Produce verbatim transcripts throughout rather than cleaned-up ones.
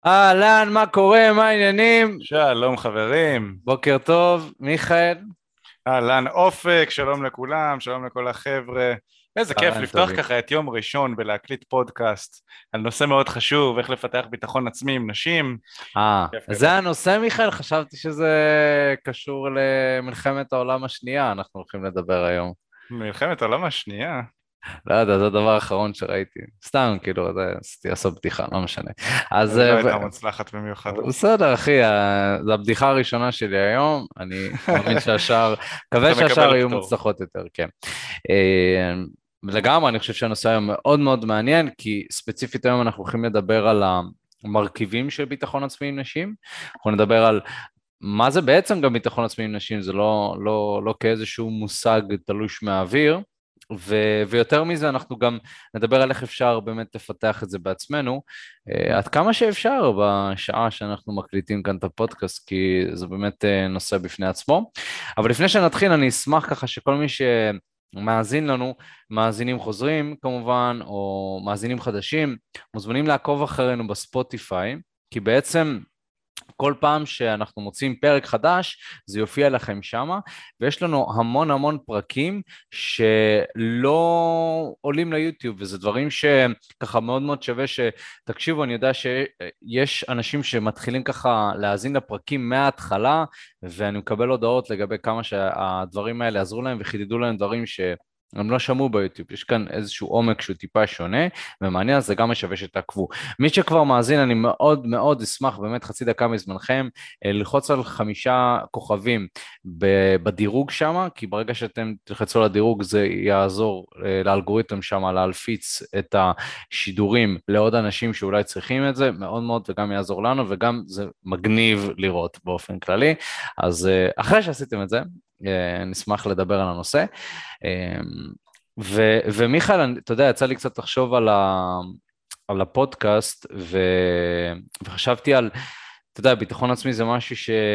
אהלן, מה קורה? מה העניינים? שלום חברים, בוקר טוב, מיכאל. אהלן אופק, שלום לכולם, שלום לכל החבר'ה. איזה כיף צהריים לפתוח טובים. ככה את יום ראשון ולהקליט פודקאסט על נושא מאוד חשוב, איך לפתח ביטחון עצמי עם נשים. אה, כיף זה גדול. הנושא, מיכאל? חשבתי שזה קשור למלחמת העולם השנייה, אנחנו הולכים לדבר היום. מלחמת העולם השנייה. לא יודע, זה הדבר האחרון שראיתי. סתם, כאילו, זה, עשיתי לעשות בדיחה, לא משנה. אז אז לא אה, הייתה ב- מוצלחת במיוחד. בסדר, אחי, אה, זו הבדיחה הראשונה שלי היום, אני מאמין שהשאר, מקווה אתה שהשאר מקבל יהיו פטור. מוצלחות יותר, כן. אה, לגמרי, אני חושב שהנושא היום מאוד מאוד מעניין, כי ספציפית היום אנחנו הולכים לדבר על המרכיבים של ביטחון עצמי עם נשים, אנחנו נדבר על מה זה בעצם גם ביטחון עצמי עם נשים, זה לא, לא, לא כאיזשהו מושג תלוש מהאוויר, ו, ויותר מזה אנחנו גם נדבר על איך אפשר באמת לפתח את זה בעצמנו, אה, עד כמה שאפשר בשעה שאנחנו מקליטים כאן את הפודקאסט, כי זה באמת אה, נושא בפני עצמו. אבל לפני שנתחיל אני אשמח ככה שכל מי שמאזין לנו, מאזינים חוזרים כמובן, או מאזינים חדשים, מוזמנים לעקוב אחרינו בספוטיפיי, כי בעצם כל פעם שאנחנו מוצאים פרק חדש, זה יופיע לכם שמה, ויש לנו המון המון פרקים שלא עולים ליוטיוב, וזה דברים שככה מאוד מאוד שווה שתקשיבו, אני יודע שיש אנשים שמתחילים ככה להאזין לפרקים מההתחלה, ואני מקבל הודעות לגבי כמה שהדברים האלה עזרו להם וחידדו להם דברים ש... הם לא שמעו ביוטיוב, יש כאן איזשהו עומק שהוא טיפה שונה, ומעניין, אז זה גם משווה שתעקבו. מי שכבר מאזין, אני מאוד מאוד אשמח, באמת חצי דקה מזמנכם, אה, ללחוץ על חמישה כוכבים ב- בדירוג שם, כי ברגע שאתם תלחצו על הדירוג זה יעזור אה, לאלגוריתם שם להלפיץ את השידורים לעוד אנשים שאולי צריכים את זה, מאוד מאוד, וגם יעזור לנו, וגם זה מגניב לראות באופן כללי. אז אה, אחרי שעשיתם את זה, אה, נשמח לדבר על הנושא. אה, ו- ומיכאל, אני- אתה יודע, יצא לי קצת לחשוב על ה... על הפודקאסט, ו... וחשבתי על, אתה יודע, ביטחון עצמי זה משהו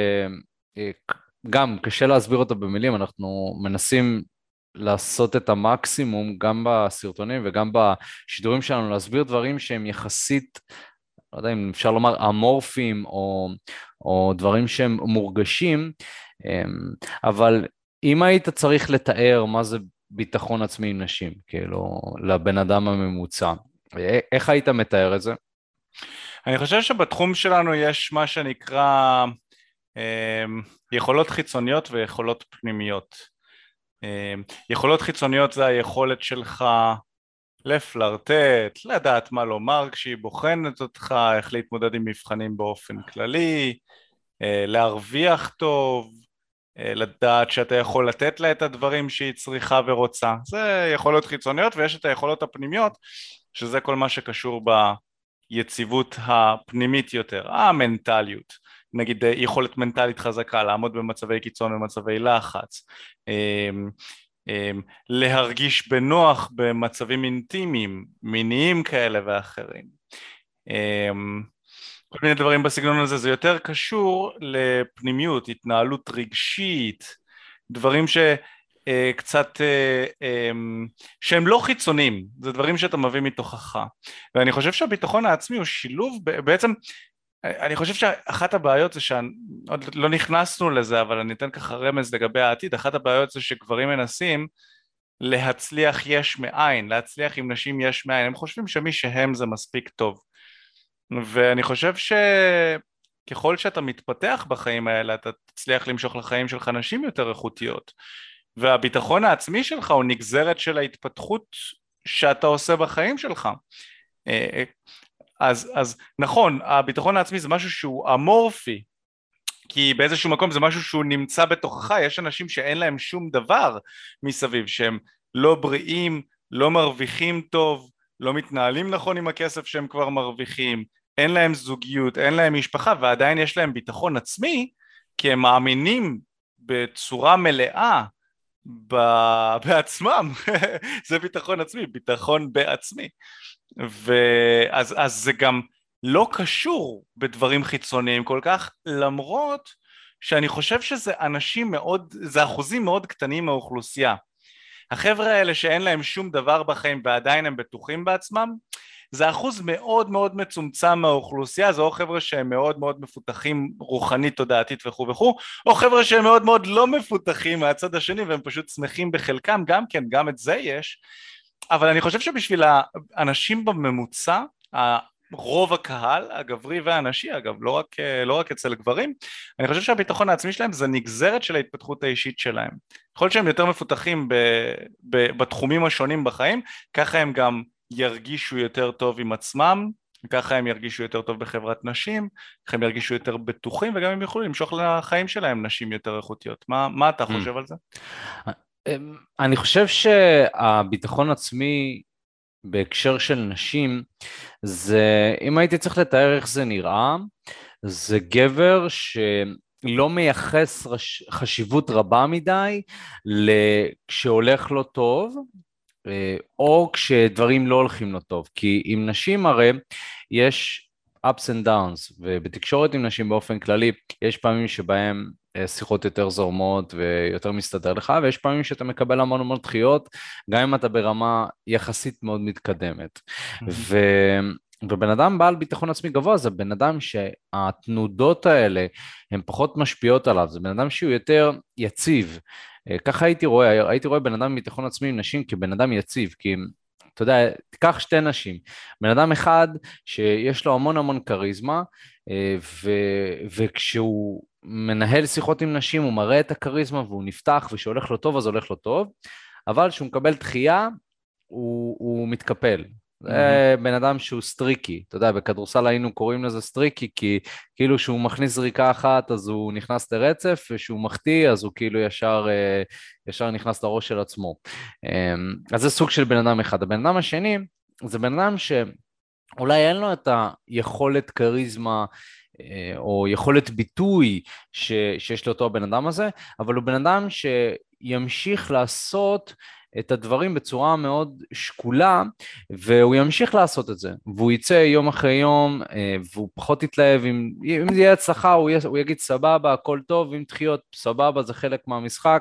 שגם קשה להסביר אותו במילים, אנחנו מנסים לעשות את המקסימום גם בסרטונים וגם בשידורים שלנו, להסביר דברים שהם יחסית, לא יודע אם אפשר לומר אמורפיים או, או דברים שהם מורגשים, אמ, אבל אם היית צריך לתאר מה זה ביטחון עצמי עם נשים, כאילו, לבן אדם הממוצע, א- איך היית מתאר את זה? אני חושב שבתחום שלנו יש מה שנקרא אמ, יכולות חיצוניות ויכולות פנימיות. אמ, יכולות חיצוניות זה היכולת שלך לפלרטט, לדעת מה לומר כשהיא בוחנת אותך, איך להתמודד עם מבחנים באופן כללי, אה, להרוויח טוב, אה, לדעת שאתה יכול לתת לה את הדברים שהיא צריכה ורוצה. זה יכולות חיצוניות, ויש את היכולות הפנימיות, שזה כל מה שקשור ביציבות הפנימית יותר, המנטליות. נגיד אה, יכולת מנטלית חזקה, לעמוד במצבי קיצון ומצבי לחץ, אה, אה, להרגיש בנוח במצבים אינטימיים, מיניים כאלה ואחרים. אה, כל מיני דברים בסגנון הזה, זה יותר קשור לפנימיות, התנהלות רגשית, דברים שקצת, שהם לא חיצוניים, זה דברים שאתה מביא מתוכך. ואני חושב שהביטחון העצמי הוא שילוב, בעצם, אני חושב שאחת הבעיות זה שעוד לא נכנסנו לזה, אבל אני אתן ככה רמז לגבי העתיד, אחת הבעיות זה שגברים מנסים להצליח יש מאין, להצליח עם נשים יש מאין, הם חושבים שמי שהם זה מספיק טוב. ואני חושב שככל שאתה מתפתח בחיים האלה אתה תצליח למשוך לחיים שלך נשים יותר איכותיות, והביטחון העצמי שלך הוא נגזרת של ההתפתחות שאתה עושה בחיים שלך. אז, אז נכון, הביטחון העצמי זה משהו שהוא אמורפי, כי באיזשהו מקום זה משהו שהוא נמצא בתוכך, יש אנשים שאין להם שום דבר מסביב, שהם לא בריאים, לא מרוויחים טוב, לא מתנהלים נכון עם הכסף שהם כבר מרוויחים, אין להם זוגיות, אין להם משפחה, ועדיין יש להם ביטחון עצמי, כי הם מאמינים בצורה מלאה בעצמם. זה ביטחון עצמי, ביטחון בעצמי. ואז אז זה גם לא קשור בדברים חיצוניים כל כך, למרות שאני חושב שזה אנשים מאוד, זה אחוזים מאוד קטנים מהאוכלוסייה. החבר'ה האלה שאין להם שום דבר בחיים ועדיין הם בטוחים בעצמם, זה אחוז מאוד מאוד מצומצם מהאוכלוסייה, זה או חבר'ה שהם מאוד מאוד מפותחים רוחנית, תודעתית וכו' וכו', או חבר'ה שהם מאוד מאוד לא מפותחים מהצד השני, והם פשוט שמחים בחלקם, גם כן, גם את זה יש, אבל אני חושב שבשביל האנשים בממוצע, רוב הקהל, הגברי והנשי, אגב, לא רק, לא רק אצל גברים, אני חושב שהביטחון העצמי שלהם זה נגזרת של ההתפתחות האישית שלהם. יכול שהם יותר מפותחים ב, ב, בתחומים השונים בחיים, ככה הם גם ירגישו יותר טוב עם עצמם, ככה הם ירגישו יותר טוב בחברת נשים, ככה הם ירגישו יותר בטוחים, וגם הם יוכלו למשוך לחיים שלהם נשים יותר איכותיות. מה, מה אתה חושב על זה? אני חושב שהביטחון עצמי בהקשר של נשים, זה, אם הייתי צריך לתאר איך זה נראה, זה גבר שלא מייחס חשיבות רבה מדי כשהולך לו טוב, או כשדברים לא הולכים לו טוב, כי עם נשים הרי יש ups and downs, ובתקשורת עם נשים באופן כללי, יש פעמים שבהם שיחות יותר זורמות ויותר מסתדר לך, ויש פעמים שאתה מקבל המון המון דחיות, גם אם אתה ברמה יחסית מאוד מתקדמת. ו... ובן אדם בעל ביטחון עצמי גבוה, זה בן אדם שהתנודות האלה הן פחות משפיעות עליו, זה בן אדם שהוא יותר יציב. ככה הייתי רואה, הייתי רואה בן אדם עם ביטחון עצמי עם נשים כבן אדם יציב, כי אתה יודע, תיקח שתי נשים, בן אדם אחד שיש לו המון המון קריזמה, ו... וכשהוא מנהל שיחות עם נשים, הוא מראה את הקריזמה והוא נפתח, ושהולך לו טוב אז הולך לו טוב, אבל כשהוא מקבל דחייה, הוא, הוא מתקפל. זה בן אדם שהוא סטריקי, אתה יודע, בכדורסל היינו קוראים לזה סטריקי, כי כאילו שהוא מכניס זריקה אחת, אז הוא נכנס לרצף, ושהוא מחטיא, אז הוא כאילו ישר, ישר נכנס לראש של עצמו. אז זה סוג של בן אדם אחד. הבן אדם השני, זה בן אדם שאולי אין לו את היכולת קריזמה, או יכולת ביטוי ש, שיש לאותו הבן אדם הזה, אבל הוא בן אדם שימשיך לעשות את הדברים בצורה מאוד שקולה, והוא ימשיך לעשות את זה, והוא יצא יום אחרי יום, והוא פחות יתלהב, אם, אם זה יהיה הצלחה, הוא, יהיה, הוא יגיד סבבה, הכל טוב, אם תחיות סבבה, זה חלק מהמשחק,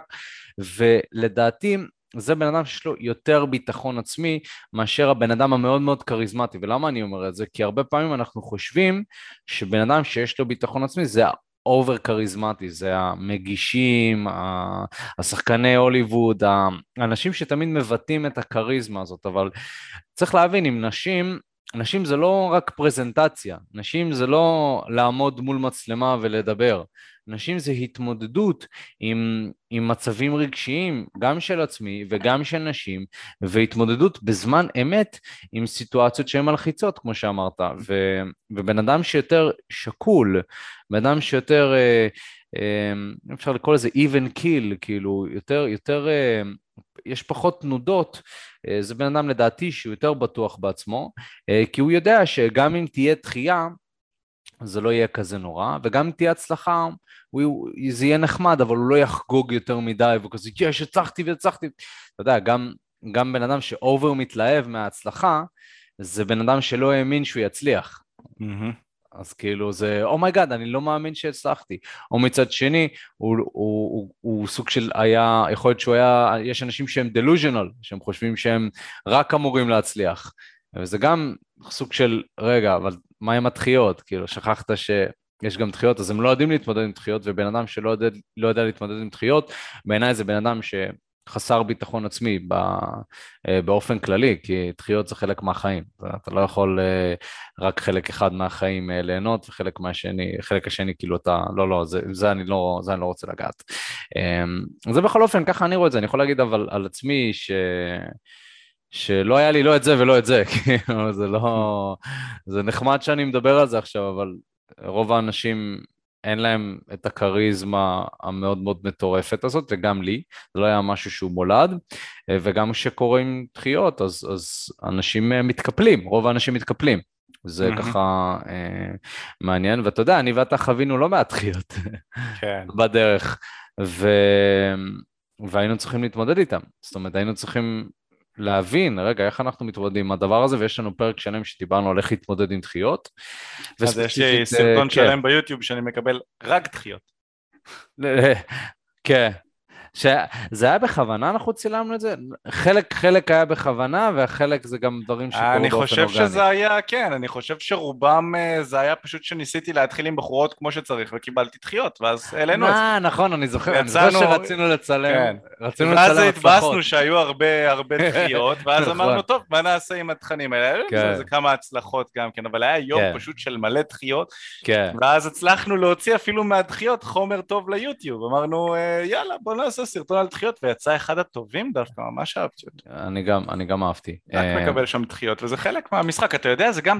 ולדעתי, זה בן אדם שיש לו יותר ביטחון עצמי, מאשר הבן אדם המאוד מאוד קריזמטי, ולמה אני אומר את זה? כי הרבה פעמים אנחנו חושבים, שבן אדם שיש לו ביטחון עצמי, זה אובר קריזמטי, זה המגישים, השחקני הוליווד, האנשים שתמיד מבטאים את הקריזמה הזאת, אבל צריך להבין, עם נשים, נשים זה לא רק פרזנטציה, נשים זה לא לעמוד מול מצלמה ולדבר, נשים זה התמודדות עם, עם מצבים רגשיים, גם של עצמי וגם של נשים, והתמודדות בזמן אמת עם סיטואציות שהן מלחיצות, כמו שאמרת, ו, ובן אדם שיותר שקול, בן אדם שיותר, אה, אה, אפשר לקרוא לזה even kill, כאילו יותר, יותר, אה, יש פחות תנודות, אה, זה בן אדם לדעתי שהוא יותר בטוח בעצמו, אה, כי הוא יודע שגם אם תהיה דחייה, זה לא יהיה כזה נורא, וגם אם תהיה הצלחה, הוא, זה יהיה נחמד, אבל הוא לא יחגוג יותר מדי, וכזה, יש, הצלחתי והצלחתי. אתה יודע, גם, גם בן אדם שאובר מתלהב מההצלחה, זה בן אדם שלא האמין שהוא יצליח. Mm-hmm. אז כאילו זה, אומייגאד, אני לא מאמין שהצלחתי. או מצד שני, הוא, הוא, הוא, הוא סוג של היה, יכול להיות שהוא היה, יש אנשים שהם delusional, שהם חושבים שהם רק אמורים להצליח. וזה גם סוג של, רגע, אבל מה עם הדחיות? כאילו, שכחת שיש גם דחיות, אז הם לא יודעים להתמודד עם דחיות, ובן אדם שלא יודע, לא יודע להתמודד עם דחיות, בעיניי זה בן אדם שחסר ביטחון עצמי באופן כללי, כי דחיות זה חלק מהחיים. אתה לא יכול רק חלק אחד מהחיים ליהנות, וחלק מהשני, חלק השני, כאילו אתה, לא, לא, זה, זה אני לא, זה אני לא רוצה לגעת. זה בכל אופן, ככה אני רואה את זה, אני יכול להגיד אבל על עצמי ש... שלא היה לי לא את זה ולא את זה, זה לא, זה נחמד שאני מדבר על זה עכשיו, אבל רוב האנשים אין להם את הקריזמה המאוד מאוד מטורפת הזאת, וגם לי, זה לא היה משהו שהוא מולד, וגם כשקוראים דחיות, אז, אז אנשים מתקפלים, רוב האנשים מתקפלים, זה mm-hmm. ככה אה, מעניין, ואתה יודע, אני ואתה חווינו לא מעט דחיות כן. בדרך, ו... והיינו צריכים להתמודד איתם, זאת אומרת, היינו צריכים להבין, רגע, איך אנחנו מתמודדים עם הדבר הזה, ויש לנו פרק שלם שדיברנו על איך להתמודד עם דחיות. אז יש לי סרטון שלם ביוטיוב שאני מקבל רק דחיות. כן, שזה היה בכוונה, אנחנו צילמנו את זה? חלק, חלק היה בכוונה, והחלק זה גם דברים שקורו באופן אורגני. אני חושב שזה היה, כן, אני חושב שרובם זה היה פשוט שניסיתי להתחיל עם בחורות כמו שצריך, וקיבלתי דחיות, ואז העלינו את זה. נכון, אני זוכר, אני זוכר שרצינו לצלם, רצינו לצלם הצלחות. ואז הצלחות. התבאסנו שהיו הרבה הרבה דחיות, ואז אמרנו, טוב, מה נעשה עם התכנים האלה? זה כמה הצלחות גם כן, אבל היה יום פשוט של מלא דחיות, ואז הצלחנו להוציא אפילו מהדחיות חומר טוב ליוטיוב, אמרנו, יאללה, בוא נעשה סרטון על דחיות, ויצא אחד הטובים דווקא, ממש אהבתי אותו. אני גם, אני גם אהבתי. רק מקבל שם דחיות, וזה חלק מהמשחק, אתה יודע, זה גם,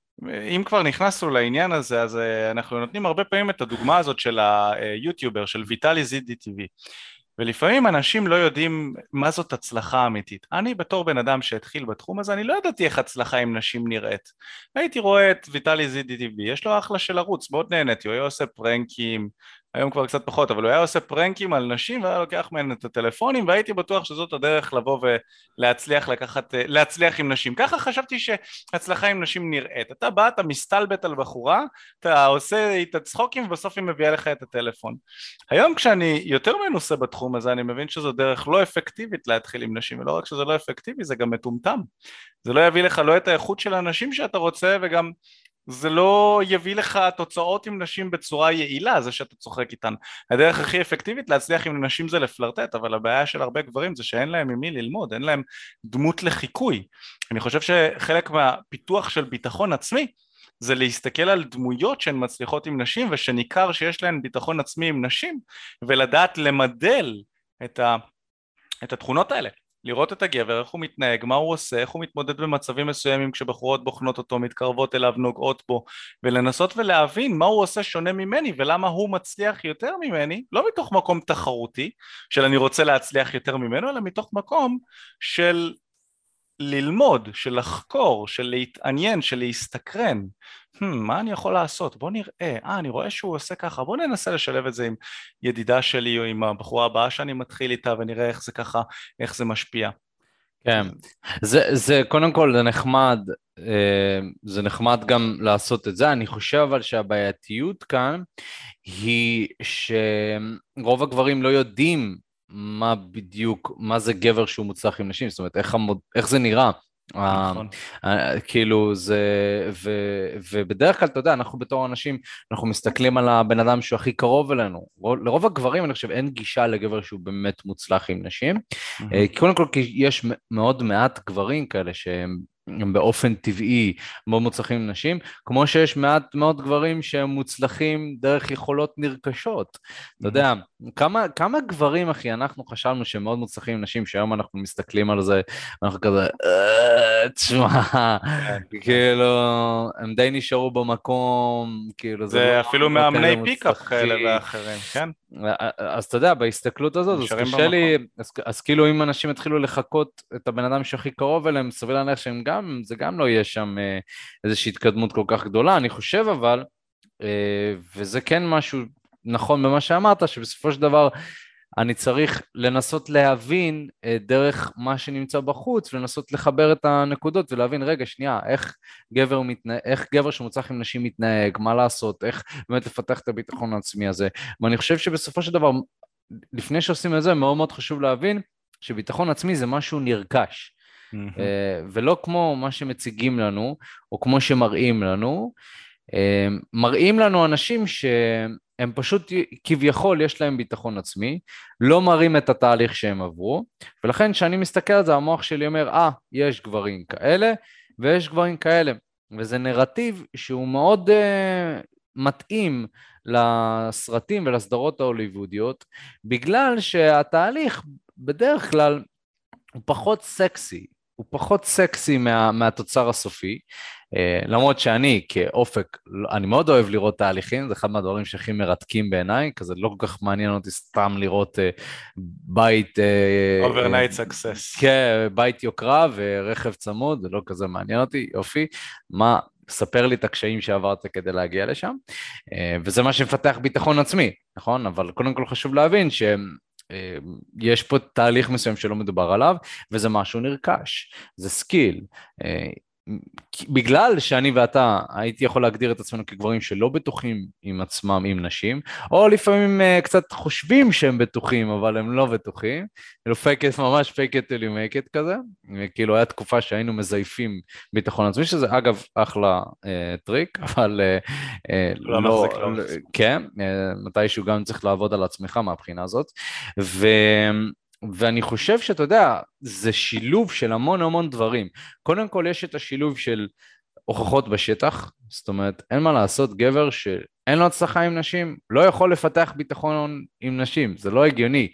אם כבר נכנסנו לעניין הזה, אז אנחנו נותנים הרבה פעמים את הדוגמה הזאת של היוטיובר, של ויטלי זידי טי וי, ולפעמים אנשים לא יודעים מה זאת הצלחה אמיתית. אני בתור בן אדם שהתחיל בתחום הזה, אני לא ידעתי איך הצלחה עם נשים נראית. הייתי רואה את ויטלי זידי טי וי, יש לו אחלה של ערוץ, מאוד נהניתי, הוא היה עושה פרנקים, היום כבר קצת פחות, אבל הוא היה עושה פרנקים על נשים והיה לוקח מהן את הטלפונים, והייתי בטוח שזאת הדרך לבוא ולהצליח לקחת, להצליח עם נשים. ככה חשבתי שהצלחה עם נשים נראית. אתה בא, אתה מסתלבט על בחורה, אתה עושה איתה צחוקים ובסוף היא מביאה לך את הטלפון. היום כשאני יותר מנוסה בתחום הזה, אני מבין שזו דרך לא אפקטיבית להתחיל עם נשים, ולא רק שזה לא אפקטיבי, זה גם מטומטם. זה לא יביא לך לא את האיכות של האנשים שאתה רוצה, וגם זה לא יביא לך תוצאות עם נשים בצורה יעילה, זה שאתה צוחק איתן. הדרך הכי אפקטיבית להצליח עם נשים זה לפלרטט, אבל הבעיה של הרבה גברים זה שאין להם עם מי ללמוד, אין להם דמות לחיקוי. אני חושב שחלק מהפיתוח של ביטחון עצמי, זה להסתכל על דמויות שהן מצליחות עם נשים, ושניכר שיש להן ביטחון עצמי עם נשים, ולדעת למדל את, ה... את התכונות האלה. לראות את הגבר, איך הוא מתנהג, מה הוא עושה, איך הוא מתמודד במצבים מסוימים כשבחורות בוחנות אותו, מתקרבות אליו, נוגעות בו, ולנסות ולהבין מה הוא עושה שונה ממני, ולמה הוא מצליח יותר ממני, לא מתוך מקום תחרותי, של אני רוצה להצליח יותר ממנו, אלא מתוך מקום של ללמוד, של לחקור, של להתעניין, של להסתקרן. Hmm, מה אני יכול לעשות? בוא נראה. אה, אני רואה שהוא עושה ככה. בוא ננסה לשלב את זה עם ידידה שלי או עם הבחורה הבאה שאני מתחיל איתה ונראה איך זה ככה, איך זה משפיע. כן. זה, זה קודם כל זה נחמד, זה נחמד גם לעשות את זה. אני חושב אבל שהבעייתיות כאן היא שרוב הגברים לא יודעים מה בדיוק, מה זה גבר שהוא מוצלח עם נשים, זאת אומרת, איך, המוד, איך זה נראה. נכון. כאילו זה, ו, ובדרך כלל, אתה יודע, אנחנו בתור אנשים, אנחנו מסתכלים על הבן אדם שהוא הכי קרוב אלינו. לרוב הגברים, אני חושב, אין גישה לגבר שהוא באמת מוצלח עם נשים. כי קודם כל, כי יש מאוד מעט גברים כאלה שהם, הם באופן טבעי מאוד מוצלחים עם נשים, כמו שיש מעט מאוד גברים שהם מוצלחים דרך יכולות נרכשות. אתה יודע, כמה, כמה גברים, אחי, אנחנו חשבנו שהם מאוד מוצלחים עם נשים, שהיום אנחנו מסתכלים על זה, אנחנו כזה, תשמע, כאילו, הם די נשארו במקום, כאילו, זה אפילו מאמני פיקאפ כאלה ואחרים, כן? אז אתה יודע, בהסתכלות הזאת, אז קשה לי, אז כאילו אם אנשים התחילו לחכות את הבן אדם שהכי קרוב אליהם, סביר להניח שהם גם, זה גם לא יהיה שם איזושהי התקדמות כל כך גדולה. אני חושב אבל, וזה כן משהו נכון במה שאמרת, שבסופו של דבר אני צריך לנסות להבין דרך מה שנמצא בחוץ, ולנסות לחבר את הנקודות ולהבין, רגע, שנייה, איך גבר, מתנה... איך גבר שמוצלח עם נשים מתנהג, מה לעשות, איך באמת לפתח את הביטחון העצמי הזה. ואני חושב שבסופו של דבר, לפני שעושים את זה, מאוד מאוד חשוב להבין שביטחון עצמי זה משהו נרכש. Mm-hmm. ולא כמו מה שמציגים לנו, או כמו שמראים לנו. מראים לנו אנשים ש... הם פשוט כביכול יש להם ביטחון עצמי, לא מראים את התהליך שהם עברו, ולכן כשאני מסתכל על זה, המוח שלי אומר, אה, יש גברים כאלה, ויש גברים כאלה, וזה נרטיב שהוא מאוד uh, מתאים לסרטים ולסדרות ההוליוודיות, בגלל שהתהליך בדרך כלל הוא פחות סקסי, הוא פחות סקסי מה, מהתוצר הסופי, Uh, למרות שאני כאופק, אני מאוד אוהב לראות תהליכים, זה אחד מהדברים שהכי מרתקים בעיניי, כזה לא כל כך מעניין אותי סתם לראות uh, בית... Uh, overnight uh, success. כן, בית יוקרה ורכב צמוד, זה לא כזה מעניין אותי, יופי, מה, ספר לי את הקשיים שעברת כדי להגיע לשם, uh, וזה מה שמפתח ביטחון עצמי, נכון? אבל קודם כל חשוב להבין ש... יש פה תהליך מסוים שלא מדובר עליו, וזה משהו נרכש, זה סקיל, בגלל שאני ואתה הייתי יכול להגדיר את עצמנו כגברים שלא בטוחים עם עצמם, עם נשים, או לפעמים uh, קצת חושבים שהם בטוחים, אבל הם לא בטוחים, כאילו fake it, ממש fake it till you make it כזה, כאילו היה תקופה שהיינו מזייפים ביטחון עצמי, שזה אגב אחלה uh, טריק, אבל uh, uh, לא, לא, מחזיק לא. כן, uh, מתישהו גם צריך לעבוד על עצמך מהבחינה הזאת, ו... ואני חושב שאתה יודע, זה שילוב של המון המון דברים. קודם כל יש את השילוב של הוכחות בשטח, זאת אומרת, אין מה לעשות, גבר שאין לו הצלחה עם נשים, לא יכול לפתח ביטחון עם נשים, זה לא הגיוני.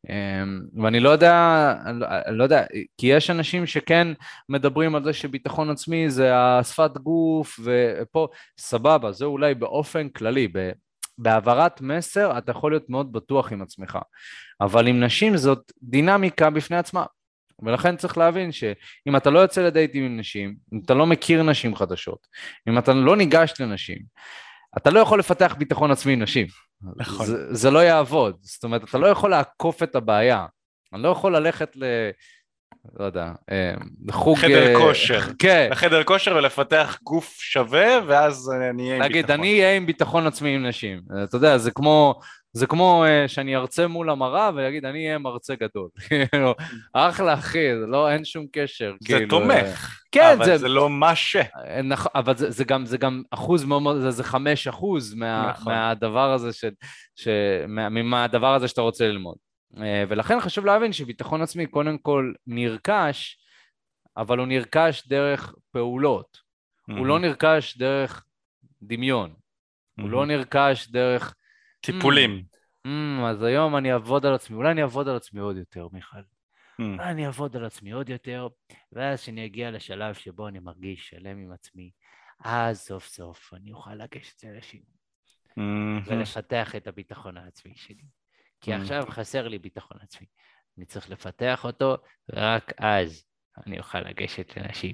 ואני לא יודע, לא יודע, כי יש אנשים שכן מדברים על זה שביטחון עצמי זה השפת גוף, ופה סבבה, זה אולי באופן כללי, בהעברת מסר אתה יכול להיות מאוד בטוח עם עצמך, אבל עם נשים זאת דינמיקה בפני עצמה, ולכן צריך להבין שאם אתה לא יוצא לדייטים עם נשים, אם אתה לא מכיר נשים חדשות, אם אתה לא ניגש לנשים, אתה לא יכול לפתח ביטחון עצמי עם נשים, נכון. זה, זה לא יעבוד, זאת אומרת אתה לא יכול לעקוף את הבעיה, אני לא יכול ללכת ל... לא יודע, חוג... חדר כושר. כן. לחדר כושר ולפתח גוף שווה, ואז אני אהיה עם ביטחון. נגיד, אני אהיה עם ביטחון עצמי עם נשים. אתה יודע, זה כמו, זה כמו שאני ארצה מול המראה, ויגיד, אני אהיה מרצה גדול. אחלה, אחי, לא, אין שום קשר. זה תומך. כן, אבל זה, זה לא מה ש... נכון, אבל זה, זה גם, זה גם אחוז מאוד, זה, זה חמש אחוז מה, נכון. מהדבר הזה של, ש, מה, מהדבר הזה שאתה רוצה ללמוד. ולכן חשוב להבין שביטחון עצמי קודם כל נרכש, אבל הוא נרכש דרך פעולות. Mm-hmm. הוא לא נרכש דרך דמיון. Mm-hmm. הוא לא נרכש דרך... טיפולים. Mm, mm, אז היום אני אעבוד על עצמי. אולי אני אעבוד על עצמי עוד יותר, מיכל. Mm. אולי אני אעבוד על עצמי עוד יותר, ואז שאני אגיע לשלב שבו אני מרגיש שלם עם עצמי, אז סוף סוף אני אוכל לגשת לאנשים. Mm-hmm. ולפתח את הביטחון העצמי שלי. כי עכשיו חסר לי ביטחון עצמי. אני צריך לפתח אותו, ורק אז אני אוכל לגשת לנשים.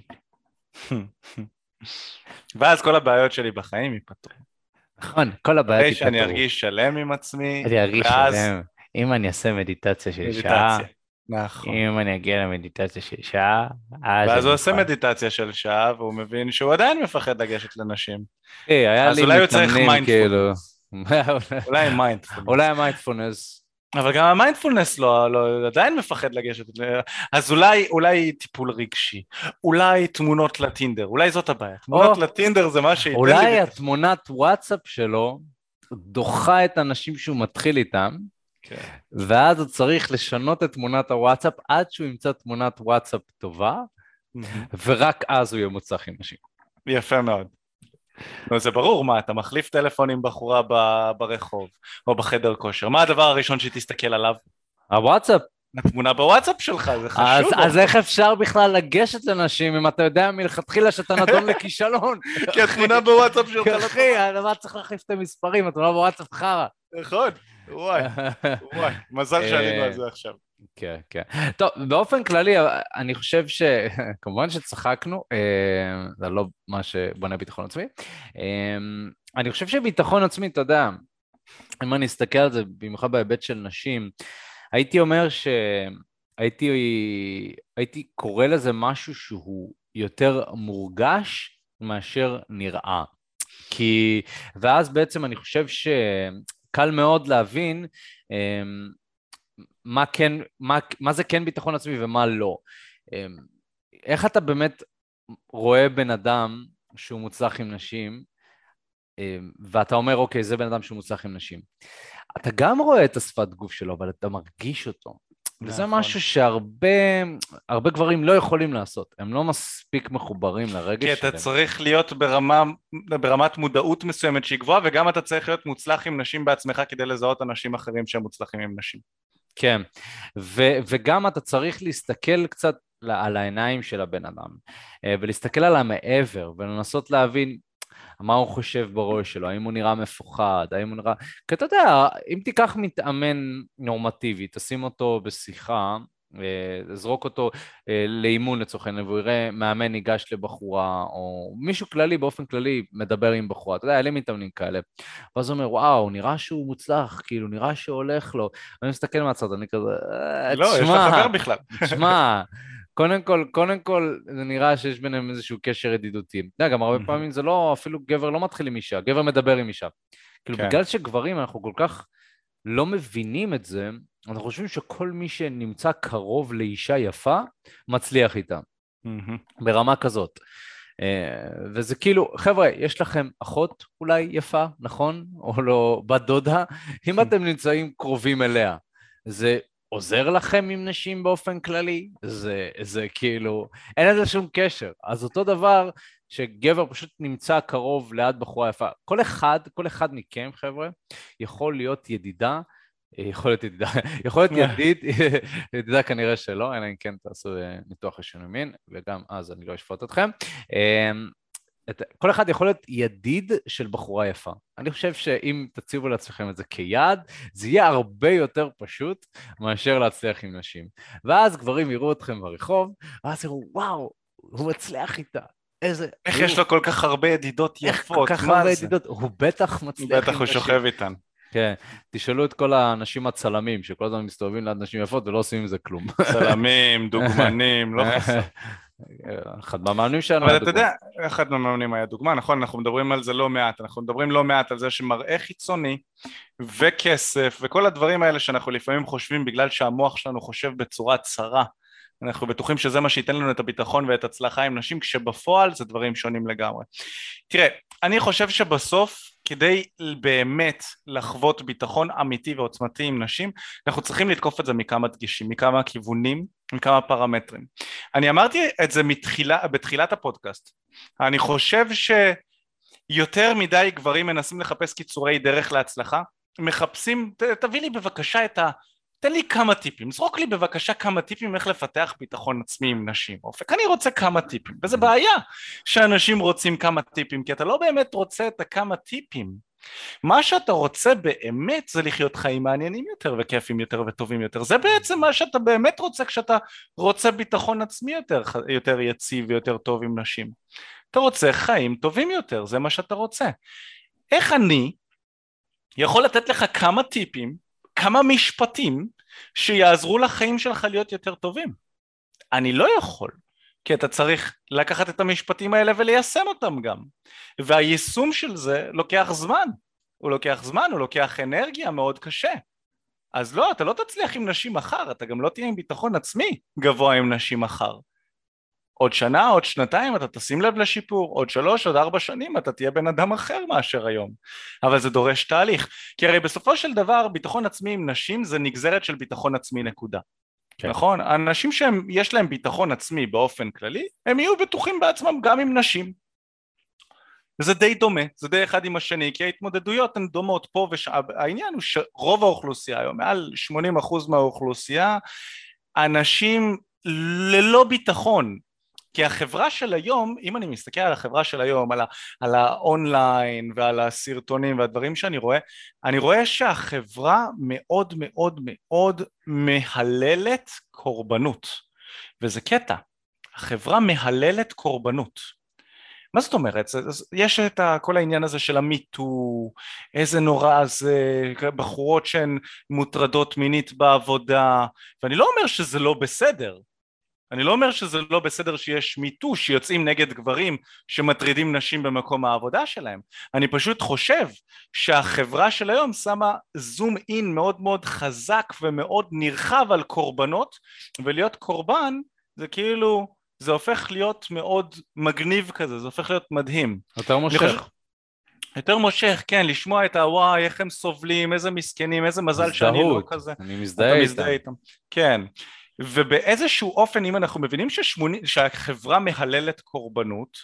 ואז כל הבעיות שלי בחיים ייפתרו. נכון, כל הבעיות ייפתרו. שאני ארגיש שלם עם עצמי. אני ארגיש שלם. אם אני אעשה מדיטציה של שעה, אם אני אגיע למדיטציה של שעה, ואז הוא עושה מדיטציה של שעה, והוא מבין שהוא עדיין מפחד לגשת לנשים. אז אולי הוא צריך מיינדפולנס. אולי מיינדפולנס. אולי המיינדפולנס. אבל גם המיינדפולנס לא, לא, עדיין מפחד לגשת. אז אולי, אולי טיפול רגשי, אולי תמונות לטינדר, אולי זאת הבעיה. תמונות לטינדר זה מה שייתן לי... אולי התמונת וואטסאפ שלו דוחה את האנשים שהוא מתחיל איתם, ואז הוא צריך לשנות את תמונת הוואטסאפ עד שהוא ימצא תמונת וואטסאפ טובה, ורק אז הוא יהיה מוצלח עם נשים. יפה מאוד. זה ברור, מה, אתה מחליף טלפון עם בחורה ברחוב, או בחדר כושר, מה הדבר הראשון שתסתכל עליו? הוואטסאפ. התמונה בוואטסאפ שלך, זה חשוב. אז, אז איך אפשר בכלל לגשת לנשים, אם אתה יודע מלכתחילה שאתה נדון לכישלון? כי התמונה בוואטסאפ שלך לא טובה. אחי, מה צריך להחליף את המספרים, התמונה בוואטסאפ חרה. נכון, וואי, וואי, מזל שעלינו על זה עכשיו. כן, כן. טוב, באופן כללי, אני חושב ש... כמובן שצחקנו, זה לא מה שבונה ביטחון עצמי. אני חושב שביטחון עצמי, אתה יודע, אם אני אסתכל על זה, במיוחד בהיבט של נשים, הייתי אומר שהייתי הייתי קורא לזה משהו שהוא יותר מורגש מאשר נראה. כי... ואז בעצם אני חושב שקל מאוד להבין מה כן, מה, מה זה כן ביטחון עצמי ומה לא. איך אתה באמת רואה בן אדם שהוא מוצלח עם נשים, ואתה אומר, אוקיי, זה בן אדם שהוא מוצלח עם נשים. אתה גם רואה את השפת גוף שלו, אבל אתה מרגיש אותו. וזה משהו שהרבה הרבה גברים לא יכולים לעשות. הם לא מספיק מחוברים לרגש שלהם. כי אתה צריך להיות ברמה, ברמת מודעות מסוימת שהיא גבוהה, וגם אתה צריך להיות מוצלח עם נשים בעצמך, כדי לזהות אנשים אחרים שהם מוצלחים עם נשים. כן, ו- וגם אתה צריך להסתכל קצת על העיניים של הבן אדם, ולהסתכל על המעבר, ולנסות להבין מה הוא חושב בראש שלו, האם הוא נראה מפוחד, האם הוא נראה... כי אתה יודע, אם תיקח מתאמן נורמטיבי, תשים אותו בשיחה, זרוק אותו לאימון לצורכן, והוא יראה מאמן ניגש לבחורה, או מישהו כללי, באופן כללי, מדבר עם בחורה, אתה יודע, אלה מתאמנים כאלה, ואז הוא אומר, וואו, נראה שהוא מוצלח, כאילו, נראה שהוא הולך לו, ואני מסתכל מהצד, אני כזה, לא, יש לך חבר בכלל. תשמע, קודם כל, קודם כל, זה נראה שיש ביניהם איזשהו קשר ידידותי. אתה יודע, גם הרבה פעמים זה לא, אפילו גבר לא מתחיל עם אישה, גבר מדבר עם אישה. כאילו, כן. בגלל שגברים אנחנו כל כך לא מבינים את זה, אנחנו חושבים שכל מי שנמצא קרוב לאישה יפה, מצליח איתה. ברמה כזאת. וזה כאילו, חבר'ה, יש לכם אחות אולי יפה, נכון? או לא בת דודה? אם אתם נמצאים קרובים אליה, זה עוזר לכם עם נשים באופן כללי? זה, זה כאילו, אין לזה שום קשר. אז אותו דבר שגבר פשוט נמצא קרוב ליד בחורה יפה. כל אחד, כל אחד מכם, חבר'ה, יכול להיות ידידה, יכול להיות ידידה, יכול להיות ידיד, ידידה כנראה שלא, אלא אם כן תעשו ניתוח לשינוי מין, וגם אז אני לא אשפוט אתכם. כל אחד יכול להיות ידיד של בחורה יפה. אני חושב שאם תציבו לעצמכם את זה כיעד, זה יהיה הרבה יותר פשוט מאשר להצליח עם נשים. ואז גברים יראו אתכם ברחוב, ואז יראו, וואו, הוא מצליח איתה. איזה... איך יש לו כל כך הרבה ידידות יפות? איך כל כך הרבה ידידות? הוא בטח מצליח עם נשים. בטח הוא שוכב איתן. כן, תשאלו את כל האנשים הצלמים, שכל הזמן מסתובבים ליד נשים יפות ולא עושים עם זה כלום. צלמים, דוגמנים, לא חסר. אחד מהמאמנים שלנו אבל אתה יודע, אחד מהמאמנים היה דוגמה, נכון, אנחנו מדברים על זה לא מעט, אנחנו מדברים לא מעט על זה שמראה חיצוני וכסף וכל הדברים האלה שאנחנו לפעמים חושבים בגלל שהמוח שלנו חושב בצורה צרה, אנחנו בטוחים שזה מה שייתן לנו את הביטחון ואת הצלחה עם נשים, כשבפועל זה דברים שונים לגמרי. תראה, אני חושב שבסוף כדי באמת לחוות ביטחון אמיתי ועוצמתי עם נשים, אנחנו צריכים לתקוף את זה מכמה דגשים, מכמה כיוונים, מכמה פרמטרים. אני אמרתי את זה מתחילה, בתחילת הפודקאסט. אני חושב שיותר מדי גברים מנסים לחפש קיצורי דרך להצלחה, מחפשים, ת, תביא לי בבקשה את ה... תן לי כמה טיפים, זרוק לי בבקשה כמה טיפים איך לפתח ביטחון עצמי עם נשים, אופק, אני רוצה כמה טיפים, וזה בעיה שאנשים רוצים כמה טיפים, כי אתה לא באמת רוצה את הכמה טיפים, מה שאתה רוצה באמת זה לחיות חיים מעניינים יותר וכיפים יותר וטובים יותר, זה בעצם מה שאתה באמת רוצה כשאתה רוצה ביטחון עצמי יותר, יותר יציב ויותר טוב עם נשים, אתה רוצה חיים טובים יותר, זה מה שאתה רוצה. איך אני יכול לתת לך כמה טיפים, כמה משפטים שיעזרו לחיים שלך להיות יותר טובים? אני לא יכול, כי אתה צריך לקחת את המשפטים האלה וליישם אותם גם, והיישום של זה לוקח זמן, הוא לוקח זמן, הוא לוקח אנרגיה מאוד קשה, אז לא, אתה לא תצליח עם נשים מחר, אתה גם לא תהיה עם ביטחון עצמי גבוה עם נשים מחר, עוד שנה, עוד שנתיים אתה תשים לב לשיפור, עוד שלוש, עוד ארבע שנים אתה תהיה בן אדם אחר מאשר היום, אבל זה דורש תהליך, כי הרי בסופו של דבר ביטחון עצמי עם נשים זה נגזרת של ביטחון עצמי נקודה, כן. נכון? אנשים שיש להם ביטחון עצמי באופן כללי, הם יהיו בטוחים בעצמם גם עם נשים, וזה די דומה, זה די אחד עם השני, כי ההתמודדויות הן דומות פה ושם, העניין הוא שרוב האוכלוסייה היום, מעל שמונים אחוז מהאוכלוסייה, אנשים ללא ביטחון, כי החברה של היום, אם אני מסתכל על החברה של היום, על, ה, על האונליין ועל הסרטונים והדברים שאני רואה, אני רואה שהחברה מאוד מאוד מאוד מהללת קורבנות, וזה קטע, החברה מהללת קורבנות. מה זאת אומרת? יש את כל העניין הזה של המיטו, איזה נורא זה, בחורות שהן מוטרדות מינית בעבודה, ואני לא אומר שזה לא בסדר, אני לא אומר שזה לא בסדר שיש מיטו שיוצאים נגד גברים שמטרידים נשים במקום העבודה שלהם, אני פשוט חושב שהחברה של היום שמה זום אין מאוד מאוד חזק ומאוד נרחב על קורבנות, ולהיות קורבן זה כאילו, זה הופך להיות מאוד מגניב כזה, זה הופך להיות מדהים. יותר מושך. יותר מושך, כן, לשמוע את הוואי, איך הם סובלים, איזה מסכנים, איזה מזל שאני לא כזה. אני מזדהה איתם. איתם. כן. ובאיזשהו אופן אם אנחנו מבינים ששמוני, שהחברה מהללת קורבנות,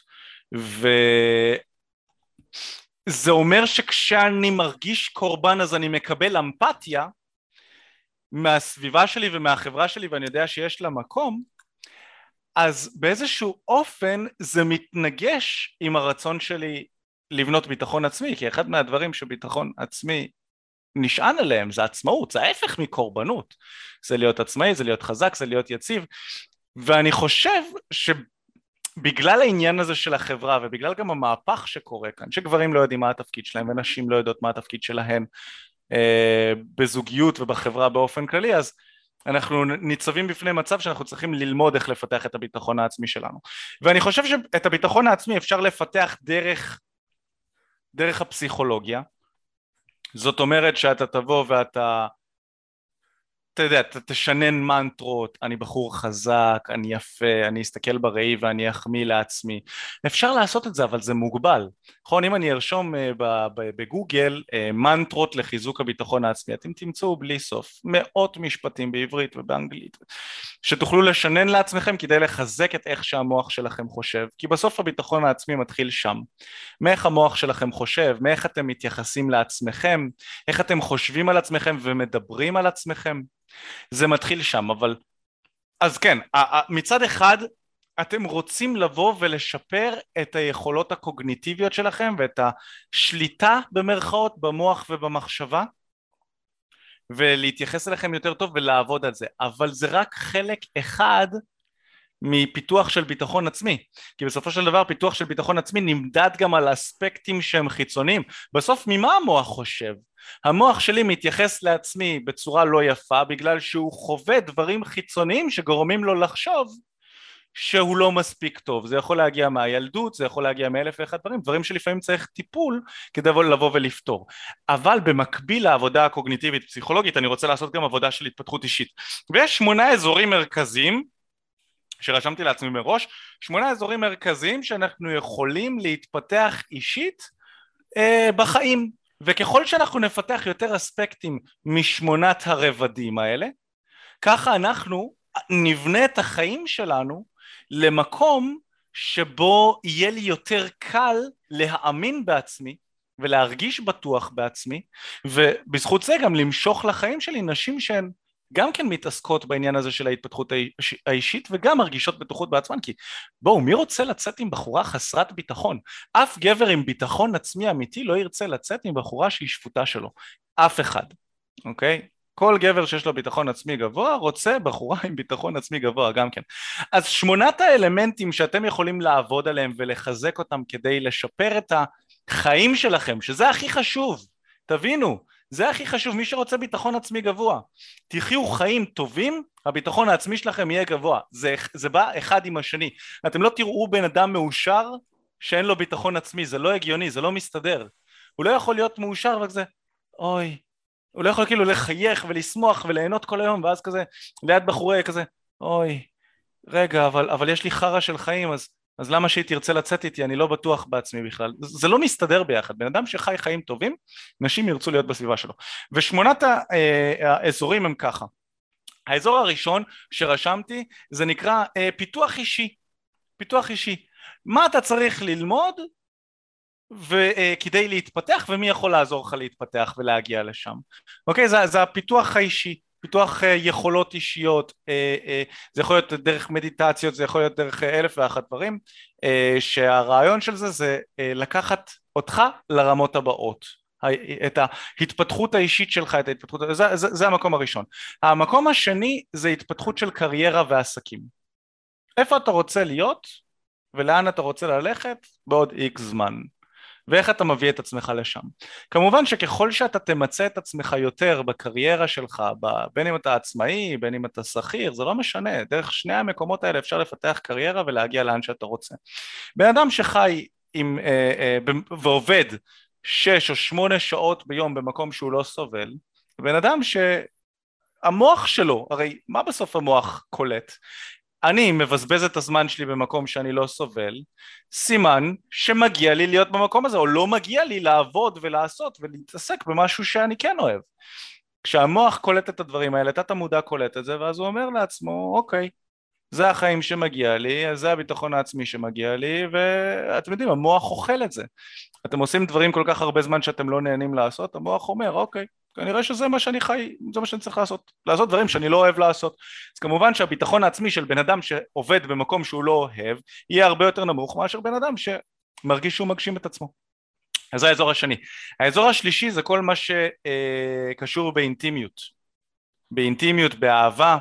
וזה אומר שכשאני מרגיש קורבן אז אני מקבל אמפתיה מהסביבה שלי ומהחברה שלי ואני יודע שיש לה מקום, אז באיזשהו אופן זה מתנגש עם הרצון שלי לבנות ביטחון עצמי, כי אחד מהדברים שביטחון עצמי נשען עליהם זה עצמאות, זה ההפך מקורבנות, זה להיות עצמאי, זה להיות חזק, זה להיות יציב, ואני חושב שבגלל העניין הזה של החברה ובגלל גם המהפך שקורה כאן, שגברים לא יודעים מה התפקיד שלהם ונשים לא יודעות מה התפקיד שלהם אה, בזוגיות ובחברה באופן כללי, אז אנחנו ניצבים בפני מצב שאנחנו צריכים ללמוד איך לפתח את הביטחון העצמי שלנו. ואני חושב שאת הביטחון העצמי אפשר לפתח דרך, דרך הפסיכולוגיה. זאת אומרת שאתה תבוא ואתה, אתה יודע, אתה תשנן מנטרות, אני בחור חזק, אני יפה, אני אסתכל בראי ואני אחמיא לעצמי. אפשר לעשות את זה, אבל זה מוגבל. נכון, אם אני ארשום בגוגל מנטרות לחיזוק הביטחון העצמי, אתם תמצאו בלי סוף מאות משפטים בעברית ובאנגלית, שתוכלו לשנן לעצמכם כדי לחזק את איך שהמוח שלכם חושב, כי בסוף הביטחון העצמי מתחיל שם. מאיך המוח שלכם חושב, מאיך אתם מתייחסים לעצמכם, איך אתם חושבים על עצמכם ומדברים על עצמכם. זה מתחיל שם, אבל אז כן, מצד אחד אתם רוצים לבוא ולשפר את היכולות הקוגניטיביות שלכם ואת השליטה במרכאות במוח ובמחשבה ולהתייחס אליכם יותר טוב ולעבוד על זה, אבל זה רק חלק אחד מפיתוח של ביטחון עצמי, כי בסופו של דבר פיתוח של ביטחון עצמי נמדד גם על אספקטים שהם חיצוניים. בסוף ממה המוח חושב? המוח שלי מתייחס לעצמי בצורה לא יפה בגלל שהוא חווה דברים חיצוניים שגורמים לו לחשוב שהוא לא מספיק טוב. זה יכול להגיע מהילדות, זה יכול להגיע מאלף ואחד דברים, דברים שלפעמים צריך טיפול כדי לבוא ולפתור. אבל במקביל לעבודה הקוגניטיבית פסיכולוגית אני רוצה לעשות גם עבודה של התפתחות אישית, ויש שמונה אזורים מרכזיים שרשמתי לעצמי מראש, שמונה אזורים מרכזיים שאנחנו יכולים להתפתח אישית אה, בחיים, וככל שאנחנו נפתח יותר אספקטים משמונת הרבדים האלה, ככה אנחנו נבנה את החיים שלנו למקום שבו יהיה לי יותר קל להאמין בעצמי ולהרגיש בטוח בעצמי, ובזכות זה גם למשוך לחיים שלי נשים שהן גם כן מתעסקות בעניין הזה של ההתפתחות האישית וגם מרגישות בטוחות בעצמן. כי בואו, מי רוצה לצאת עם בחורה חסרת ביטחון? אף גבר עם ביטחון עצמי אמיתי לא ירצה לצאת עם בחורה שהיא שפוטה שלו, אף אחד, אוקיי? כל גבר שיש לו ביטחון עצמי גבוה רוצה בחורה עם ביטחון עצמי גבוה גם כן. אז שמונת האלמנטים שאתם יכולים לעבוד עליהם ולחזק אותם כדי לשפר את החיים שלכם, שזה הכי חשוב, תבינו, זה הכי חשוב. מי שרוצה ביטחון עצמי גבוה, תחיו חיים טובים, הביטחון העצמי שלכם יהיה גבוה. זה, זה בא אחד עם השני. אתם לא תראו בן אדם מאושר שאין לו ביטחון עצמי, זה לא הגיוני, זה לא מסתדר. הוא לא יכול להיות מאושר וכזה, אוי, הוא לא יכול כאילו לחייך ולשמוח וליהנות כל היום, ואז כזה ליד בחורי כזה, אוי, רגע, אבל, אבל יש לי חרה של חיים, אז אז למה שהיא תרצה לצאת איתי? אני לא בטוח בעצמי בכלל. זה לא מסתדר ביחד. בן אדם שחי חיים טובים, נשים ירצו להיות בסביבה שלו. ושמונת האזורים הם ככה. האזור הראשון שרשמתי זה נקרא פיתוח אישי. פיתוח אישי. מה אתה צריך ללמוד כדי להתפתח, ומי יכול לעזור לך להתפתח ולהגיע לשם. אוקיי? זה, זה הפיתוח האישי. פיתוח יכולות אישיות, זה יכול להיות דרך מדיטציות, זה יכול להיות דרך אלף ואחת דברים, שהרעיון של זה זה לקחת אותך לרמות הבאות, את ההתפתחות האישית שלך, את ההתפתחות, זה, זה, זה המקום הראשון. המקום השני זה התפתחות של קריירה ועסקים. איפה אתה רוצה להיות ולאן אתה רוצה ללכת בעוד איקס זמן. ואיך אתה מביא את עצמך לשם. כמובן שככל שאתה תמצא את עצמך יותר בקריירה שלך, בין אם אתה עצמאי, בין אם אתה שכיר, זה לא משנה, דרך שני המקומות האלה אפשר לפתח קריירה ולהגיע לאן שאתה רוצה. בן אדם שחי עם, אה, אה, ועובד שש או שמונה שעות ביום במקום שהוא לא סובל, בן אדם שהמוח שלו, הרי מה בסוף המוח קולט? אני מבזבז את הזמן שלי במקום שאני לא סובל, סימן שמגיע לי להיות במקום הזה, או לא מגיע לי לעבוד ולעשות ולהתעסק במשהו שאני כן אוהב. כשהמוח קולט את הדברים האלה, תת המודע קולט את זה, ואז הוא אומר לעצמו, אוקיי, זה החיים שמגיע לי, זה הביטחון העצמי שמגיע לי, ואתם יודעים, המוח אוכל את זה. אתם עושים דברים כל כך הרבה זמן שאתם לא נהנים לעשות, המוח אומר, אוקיי, כנראה שזה מה שאני חי, זה מה שאני צריך לעשות, לעשות דברים שאני לא אוהב לעשות. אז כמובן שהביטחון העצמי של בן אדם שעובד במקום שהוא לא אוהב, יהיה הרבה יותר נמוך מאשר בן אדם שמרגיש שהוא מגשים את עצמו. אז זה האזור השני. האזור השלישי זה כל מה שקשור באינטימיות. באינטימיות, באהבה.